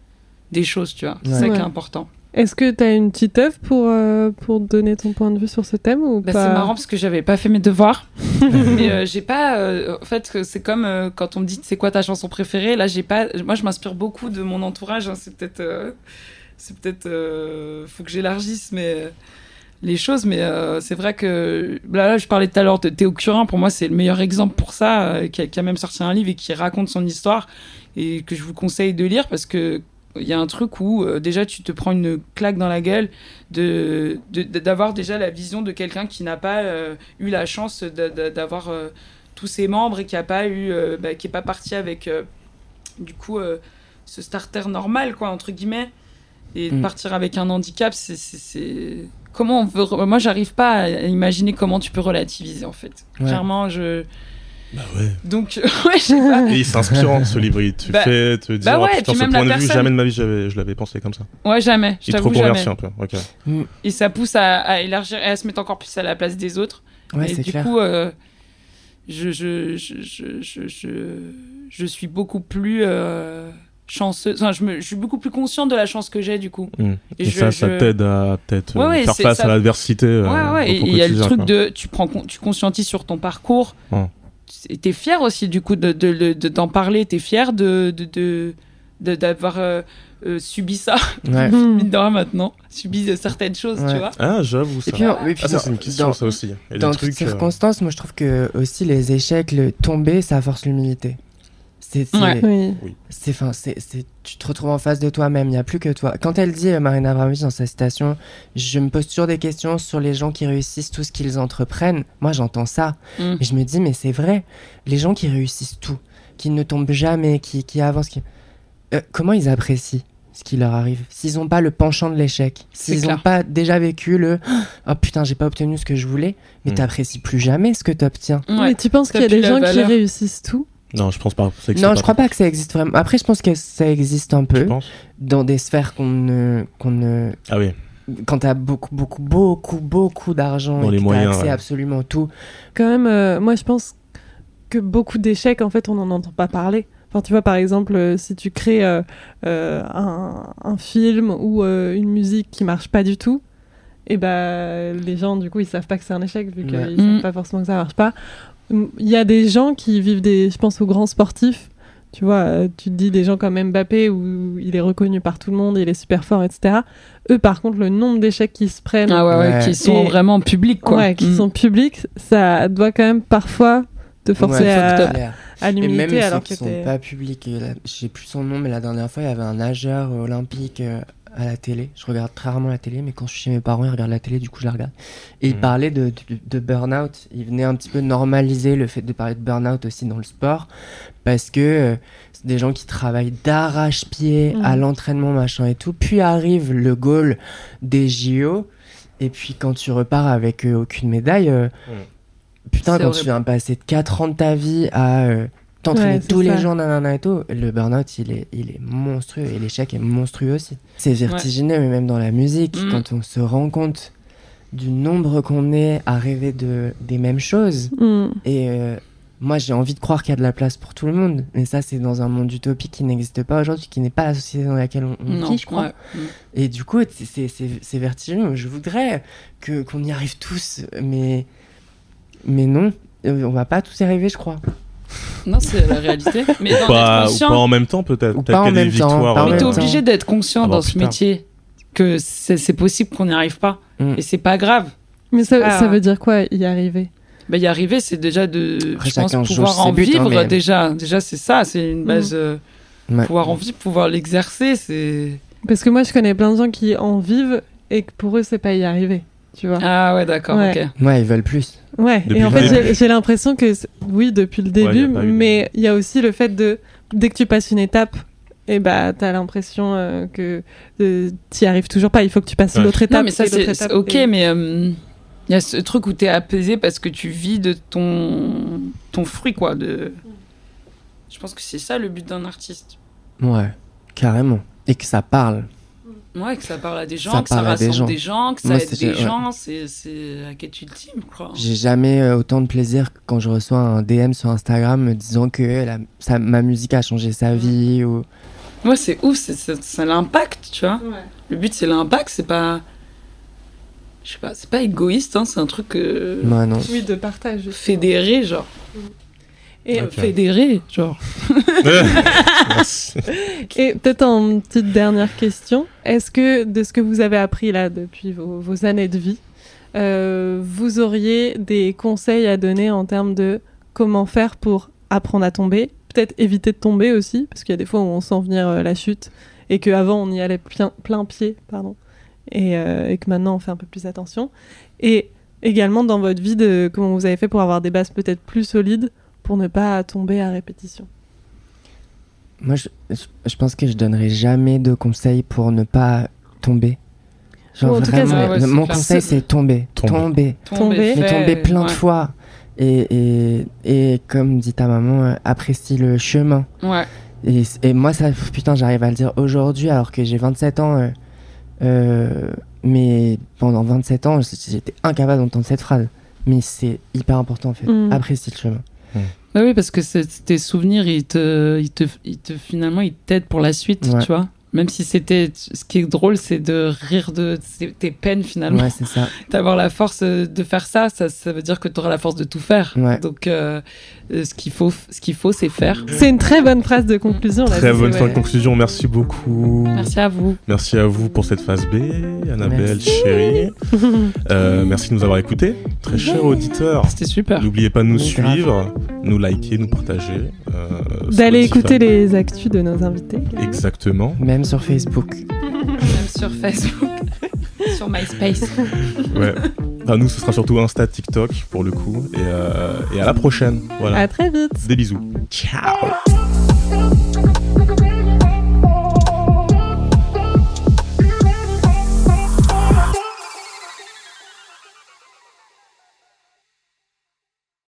Speaker 4: des choses, tu vois. C'est ouais. ça ouais. qui est important.
Speaker 2: Est-ce que t'as une petite œuvre pour, euh, pour donner ton point de vue sur ce thème ou
Speaker 4: bah,
Speaker 2: pas ?
Speaker 4: C'est marrant parce que j'avais pas fait mes devoirs. Mais euh, j'ai pas... Euh, en fait, c'est comme euh, quand on me dit c'est quoi ta chanson préférée. Là, j'ai pas... Moi, je m'inspire beaucoup de mon entourage. Hein, c'est peut-être... Euh, c'est peut-être... Euh, faut que j'élargisse, mais... les choses, mais euh, c'est vrai que là, là je parlais tout à l'heure de Théo Curin, pour moi c'est le meilleur exemple pour ça, euh, qui, a, qui a même sorti un livre et qui raconte son histoire et que je vous conseille de lire parce que il y a un truc où euh, déjà tu te prends une claque dans la gueule de, de, de d'avoir déjà la vision de quelqu'un qui n'a pas euh, eu la chance de, de, d'avoir euh, tous ses membres et qui a pas eu euh, bah, qui est pas parti avec euh, du coup euh, ce starter normal quoi entre guillemets et de mmh. partir avec un handicap c'est, c'est, c'est... Comment on veut... Moi, j'arrive pas à imaginer comment tu peux relativiser, en fait. Ouais. Clairement, je...
Speaker 1: Bah ouais.
Speaker 4: Donc, ouais, je sais pas.
Speaker 1: Et c'est inspirant, ce livre. Il te bah, fait te dire,
Speaker 4: bah ouais,
Speaker 1: oh, putain, ce point de personne... vue, jamais de ma vie, j'avais, je l'avais pensé comme ça.
Speaker 4: Ouais, jamais. Je
Speaker 1: il te reconvertit un peu. Okay.
Speaker 4: Mm. Et ça pousse à, à élargir et à se mettre encore plus à la place des autres.
Speaker 3: Ouais,
Speaker 4: et
Speaker 3: c'est
Speaker 4: du
Speaker 3: clair.
Speaker 4: coup, euh, je, je, je, je, je, je, je suis beaucoup plus... Euh... chanceuse, enfin, je, me, je suis beaucoup plus consciente de la chance que j'ai du coup.
Speaker 1: Mmh. Et, et
Speaker 4: je,
Speaker 1: ça,
Speaker 4: je...
Speaker 1: ça t'aide à peut-être
Speaker 4: ouais, ouais,
Speaker 1: faire face
Speaker 4: ça...
Speaker 1: à l'adversité.
Speaker 4: Ouais,
Speaker 1: euh,
Speaker 4: ouais. Et il y a le truc quoi. de, tu prends, tu conscientises sur ton parcours. Ouais. Et t'es fier aussi du coup de, de, de, de d'en parler. T'es fier de, de, de, de d'avoir euh, euh, subi ça.
Speaker 3: Ouais.
Speaker 4: Mine de rien maintenant, subi certaines choses,
Speaker 3: ouais.
Speaker 4: tu vois.
Speaker 1: Ah, j'avoue ça.
Speaker 3: Et puis, et puis
Speaker 1: ah, ça c'est une question
Speaker 3: dans,
Speaker 1: ça aussi. Et
Speaker 3: dans
Speaker 1: des
Speaker 3: toutes
Speaker 1: trucs,
Speaker 3: circonstances, euh... moi je trouve que aussi les échecs, le tomber, ça force l'humilité. C'est, c'est,
Speaker 2: ouais. oui.
Speaker 3: c'est, fin, c'est, c'est, tu te retrouves en face de toi-même, il n'y a plus que toi. Quand elle dit, euh, Marina Abramovic, dans sa citation, je me pose toujours des questions sur les gens qui réussissent tout ce qu'ils entreprennent. Moi, j'entends ça. Mm. Et je me dis, mais c'est vrai, les gens qui réussissent tout, qui ne tombent jamais, qui, qui avancent, qui... Euh, comment ils apprécient ce qui leur arrive ? S'ils n'ont pas le penchant de l'échec, s'ils n'ont pas déjà vécu le « Oh putain, j'ai pas obtenu ce que je voulais », mais mm. t'apprécies plus jamais ce que t'obtiens.
Speaker 2: Ouais. Mais tu penses T'as qu'il y a des gens qui réussissent tout ?
Speaker 1: Non, je pense pas. Ça
Speaker 3: non,
Speaker 1: pas
Speaker 3: je crois pas que ça existe vraiment. Après, je pense que ça existe un peu dans des sphères qu'on ne, qu'on ne.
Speaker 1: Ah oui.
Speaker 3: Quand t'as beaucoup, beaucoup, beaucoup, beaucoup d'argent
Speaker 1: dans
Speaker 3: et
Speaker 1: les
Speaker 3: que
Speaker 1: moyens,
Speaker 3: t'as accès
Speaker 1: ouais.
Speaker 3: à absolument tout.
Speaker 2: Quand même, euh, moi, je pense que beaucoup d'échecs, en fait, on n'en entend pas parler. Enfin, tu vois, par exemple, euh, si tu crées euh, euh, un, un film ou euh, une musique qui marche pas du tout, et ben les gens, du coup, ils savent pas que c'est un échec vu qu'ils ouais. savent mmh. pas forcément que ça marche pas. Il y a des gens qui vivent des, je pense aux grands sportifs, tu vois, euh, tu te dis des gens comme Mbappé où il est reconnu par tout le monde, il est super fort, et cetera. Eux, par contre, le nombre d'échecs qu'ils se prennent,
Speaker 4: ah ouais, ouais, qui sont et, vraiment publics, quoi.
Speaker 2: Ouais, qui mmh. sont publics, ça doit quand même parfois te forcer ouais, à, à l'humilité.
Speaker 3: Et même
Speaker 2: alors
Speaker 3: ceux qui
Speaker 2: que
Speaker 3: sont
Speaker 2: t'es...
Speaker 3: pas publics, là, je sais plus son nom, mais la dernière fois, il y avait un nageur olympique. Euh, à la télé, je regarde très rarement la télé, mais quand je suis chez mes parents, ils regardent la télé, du coup je la regarde. Et mmh. il parlait de, de, de burn-out, il venait un petit peu normaliser le fait de parler de burn-out aussi dans le sport, parce que euh, c'est des gens qui travaillent d'arrache-pied mmh. à l'entraînement, machin et tout, puis arrive le goal des J O, et puis quand tu repars avec euh, aucune médaille, euh, mmh. putain, c'est quand horrible. Tu viens passer quatre ans de ta vie à... Euh, t'entraîner
Speaker 2: Ouais, c'est
Speaker 3: tous
Speaker 2: ça.
Speaker 3: les jours, nanana et tout, le burn-out, il est, il est monstrueux et l'échec est monstrueux aussi. C'est vertigineux, mais même dans la musique,
Speaker 4: Mm.
Speaker 3: quand on se rend compte du nombre qu'on est à rêver de, des mêmes choses.
Speaker 2: Mm.
Speaker 3: Et euh, moi, j'ai envie de croire qu'il y a de la place pour tout le monde. Mais ça, c'est dans un monde utopique qui n'existe pas aujourd'hui, qui n'est pas la société dans laquelle on, on
Speaker 4: Non,
Speaker 3: vit, je crois.
Speaker 4: ouais. Mm.
Speaker 3: Et du coup, c'est- c'est c'est- c'est vertigineux. Je voudrais que qu'on y arrive tous, mais, mais non, Euh, on va pas tous y arriver, je crois.
Speaker 4: Non, c'est la réalité. Mais d'en
Speaker 1: Pas,
Speaker 4: être
Speaker 1: ou
Speaker 4: conscient.
Speaker 1: pas en même temps, peut-être.
Speaker 3: Ou
Speaker 1: Peut-être
Speaker 3: pas en
Speaker 1: qu'il y a des
Speaker 3: même temps,
Speaker 1: victoires.
Speaker 3: pas en
Speaker 4: Mais
Speaker 1: euh,
Speaker 4: t'es
Speaker 3: même temps.
Speaker 4: obligé d'être conscient
Speaker 1: Ah bah,
Speaker 4: dans ce
Speaker 1: putain.
Speaker 4: métier que c'est c'est possible qu'on n'y arrive pas.
Speaker 3: Mm.
Speaker 4: Et c'est pas grave.
Speaker 2: Mais ça,
Speaker 4: Ah.
Speaker 2: ça veut dire quoi, y arriver?
Speaker 4: Bah, y arriver, c'est déjà de,
Speaker 3: Après,
Speaker 4: je pense,
Speaker 3: chacun
Speaker 4: pouvoir
Speaker 3: jauge ses
Speaker 4: en
Speaker 3: buts, hein,
Speaker 4: vivre.
Speaker 3: mais-
Speaker 4: Déjà, déjà c'est ça, c'est une base. euh,
Speaker 3: Ouais.
Speaker 4: Pouvoir en vivre, pouvoir l'exercer, c'est.
Speaker 2: Parce que moi, je connais plein de gens qui en vivent et que pour eux, c'est pas y arriver. Tu vois?
Speaker 4: Ah ouais, d'accord,
Speaker 2: Ouais.
Speaker 4: ok.
Speaker 3: Ouais, ils veulent plus.
Speaker 2: Ouais,
Speaker 1: Depuis
Speaker 2: et en
Speaker 1: le
Speaker 2: fait,
Speaker 1: début.
Speaker 2: j'ai- j'ai l'impression que, c'est- oui, depuis le
Speaker 1: Ouais, y a
Speaker 2: début,
Speaker 1: pas eu de-
Speaker 2: mais il y a aussi le fait de, dès que tu passes une étape, et bah, t'as l'impression euh, que euh, t'y arrives toujours pas. Il faut que tu passes
Speaker 1: Ouais.
Speaker 2: l'autre étape.
Speaker 4: Non, mais ça,
Speaker 2: et l'autre
Speaker 4: c'est c'est
Speaker 2: étape,
Speaker 4: ok,
Speaker 2: et-
Speaker 4: mais il y a ce truc où t'es apaisé parce que tu vis de ton, ton fruit, quoi. De... Je pense que c'est ça le but d'un artiste.
Speaker 3: Ouais, carrément. Et que ça parle.
Speaker 4: Ouais, que ça parle à des gens,
Speaker 3: Ça
Speaker 4: que ça
Speaker 3: parle à des
Speaker 4: rassemble
Speaker 3: gens.
Speaker 4: des gens, que ça
Speaker 3: Moi,
Speaker 4: aide
Speaker 3: c'est-
Speaker 4: des
Speaker 3: ouais.
Speaker 4: gens, c'est c'est la quête ultime, quoi.
Speaker 3: J'ai jamais euh, autant de plaisir que quand je reçois un D M sur Instagram me disant que la- ça- ma musique a changé sa vie ou...
Speaker 4: Ouais, c'est ouf, c'est- c'est c'est l'impact, tu vois.
Speaker 2: Ouais.
Speaker 4: Le but, c'est l'impact, c'est pas. Je sais pas, c'est pas égoïste, hein, c'est un truc euh,
Speaker 3: Moi non.
Speaker 2: Oui, de partage.
Speaker 4: fédéré, genre.
Speaker 2: Et,
Speaker 1: Ok.
Speaker 4: Fédéré, genre.
Speaker 1: Merci.
Speaker 2: et peut-être en petite dernière question, est-ce que de ce que vous avez appris là depuis vos, vos années de vie, euh, vous auriez des conseils à donner en termes de comment faire pour apprendre à tomber, peut-être éviter de tomber aussi, parce qu'il y a des fois où on sent venir euh, la chute et qu'avant on y allait plein, plein pied, pardon, et, euh, et que maintenant on fait un peu plus attention. Et également dans votre vie, de comment vous avez fait pour avoir des bases peut-être plus solides pour ne pas tomber à répétition.
Speaker 3: Moi, je, je, je pense que je donnerai jamais de conseils pour ne pas tomber. Genre
Speaker 2: Ou en tout cas,
Speaker 3: vraiment,
Speaker 4: c'est- Ah ouais,
Speaker 3: le-
Speaker 4: c'est
Speaker 3: mon
Speaker 4: clair.
Speaker 3: conseil c'est tomber,
Speaker 1: Tomber.
Speaker 3: tomber,
Speaker 2: Tomber.
Speaker 3: mais
Speaker 4: fait,
Speaker 3: tomber plein de
Speaker 4: ouais.
Speaker 3: fois. Et, et, et comme dit ta maman, euh, apprécie le chemin.
Speaker 4: Ouais.
Speaker 3: Et, et moi, ça, putain, j'arrive à le dire aujourd'hui alors que j'ai vingt-sept ans. euh, euh, mais pendant vingt-sept ans, j'étais incapable d'entendre cette phrase. Mais c'est hyper important en fait.
Speaker 2: Mm.
Speaker 3: Apprécie le chemin.
Speaker 4: Bah oui, parce que c'est- tes souvenirs, ils te, ils te, ils te, finalement, ils t'aident pour la suite,
Speaker 3: Ouais.
Speaker 4: tu vois. Même si c'était. Ce qui est drôle, c'est de rire de tes peines, finalement.
Speaker 3: Ouais, c'est ça.
Speaker 4: D'avoir la force de faire ça, ça, ça veut dire que tu auras la force de tout faire.
Speaker 3: Ouais.
Speaker 4: Donc, euh, euh, ce qu'il faut, ce qu'il faut, c'est faire.
Speaker 2: C'est une très bonne phrase de conclusion. Là,
Speaker 1: Très bonne
Speaker 2: c'est-
Speaker 1: fin de
Speaker 2: ouais.
Speaker 1: conclusion. Merci beaucoup.
Speaker 4: Merci à vous.
Speaker 1: Merci à vous pour cette phase B, Annabelle,
Speaker 3: Merci.
Speaker 1: chérie. Euh, merci de nous avoir écoutés. Très cher auditeur.
Speaker 4: C'était super.
Speaker 1: N'oubliez pas de nous
Speaker 3: Oui, grave.
Speaker 1: suivre, nous liker, nous partager. euh,
Speaker 2: D'aller
Speaker 1: Spotify.
Speaker 2: écouter les actus de nos invités.
Speaker 1: Exactement.
Speaker 3: Même sur Facebook.
Speaker 4: Même sur Facebook, sur MySpace.
Speaker 1: Ouais. Enfin, nous, ce sera surtout Insta, TikTok pour le coup. Et, euh, et à la prochaine. Voilà.
Speaker 2: À très vite.
Speaker 1: Des bisous. Ciao.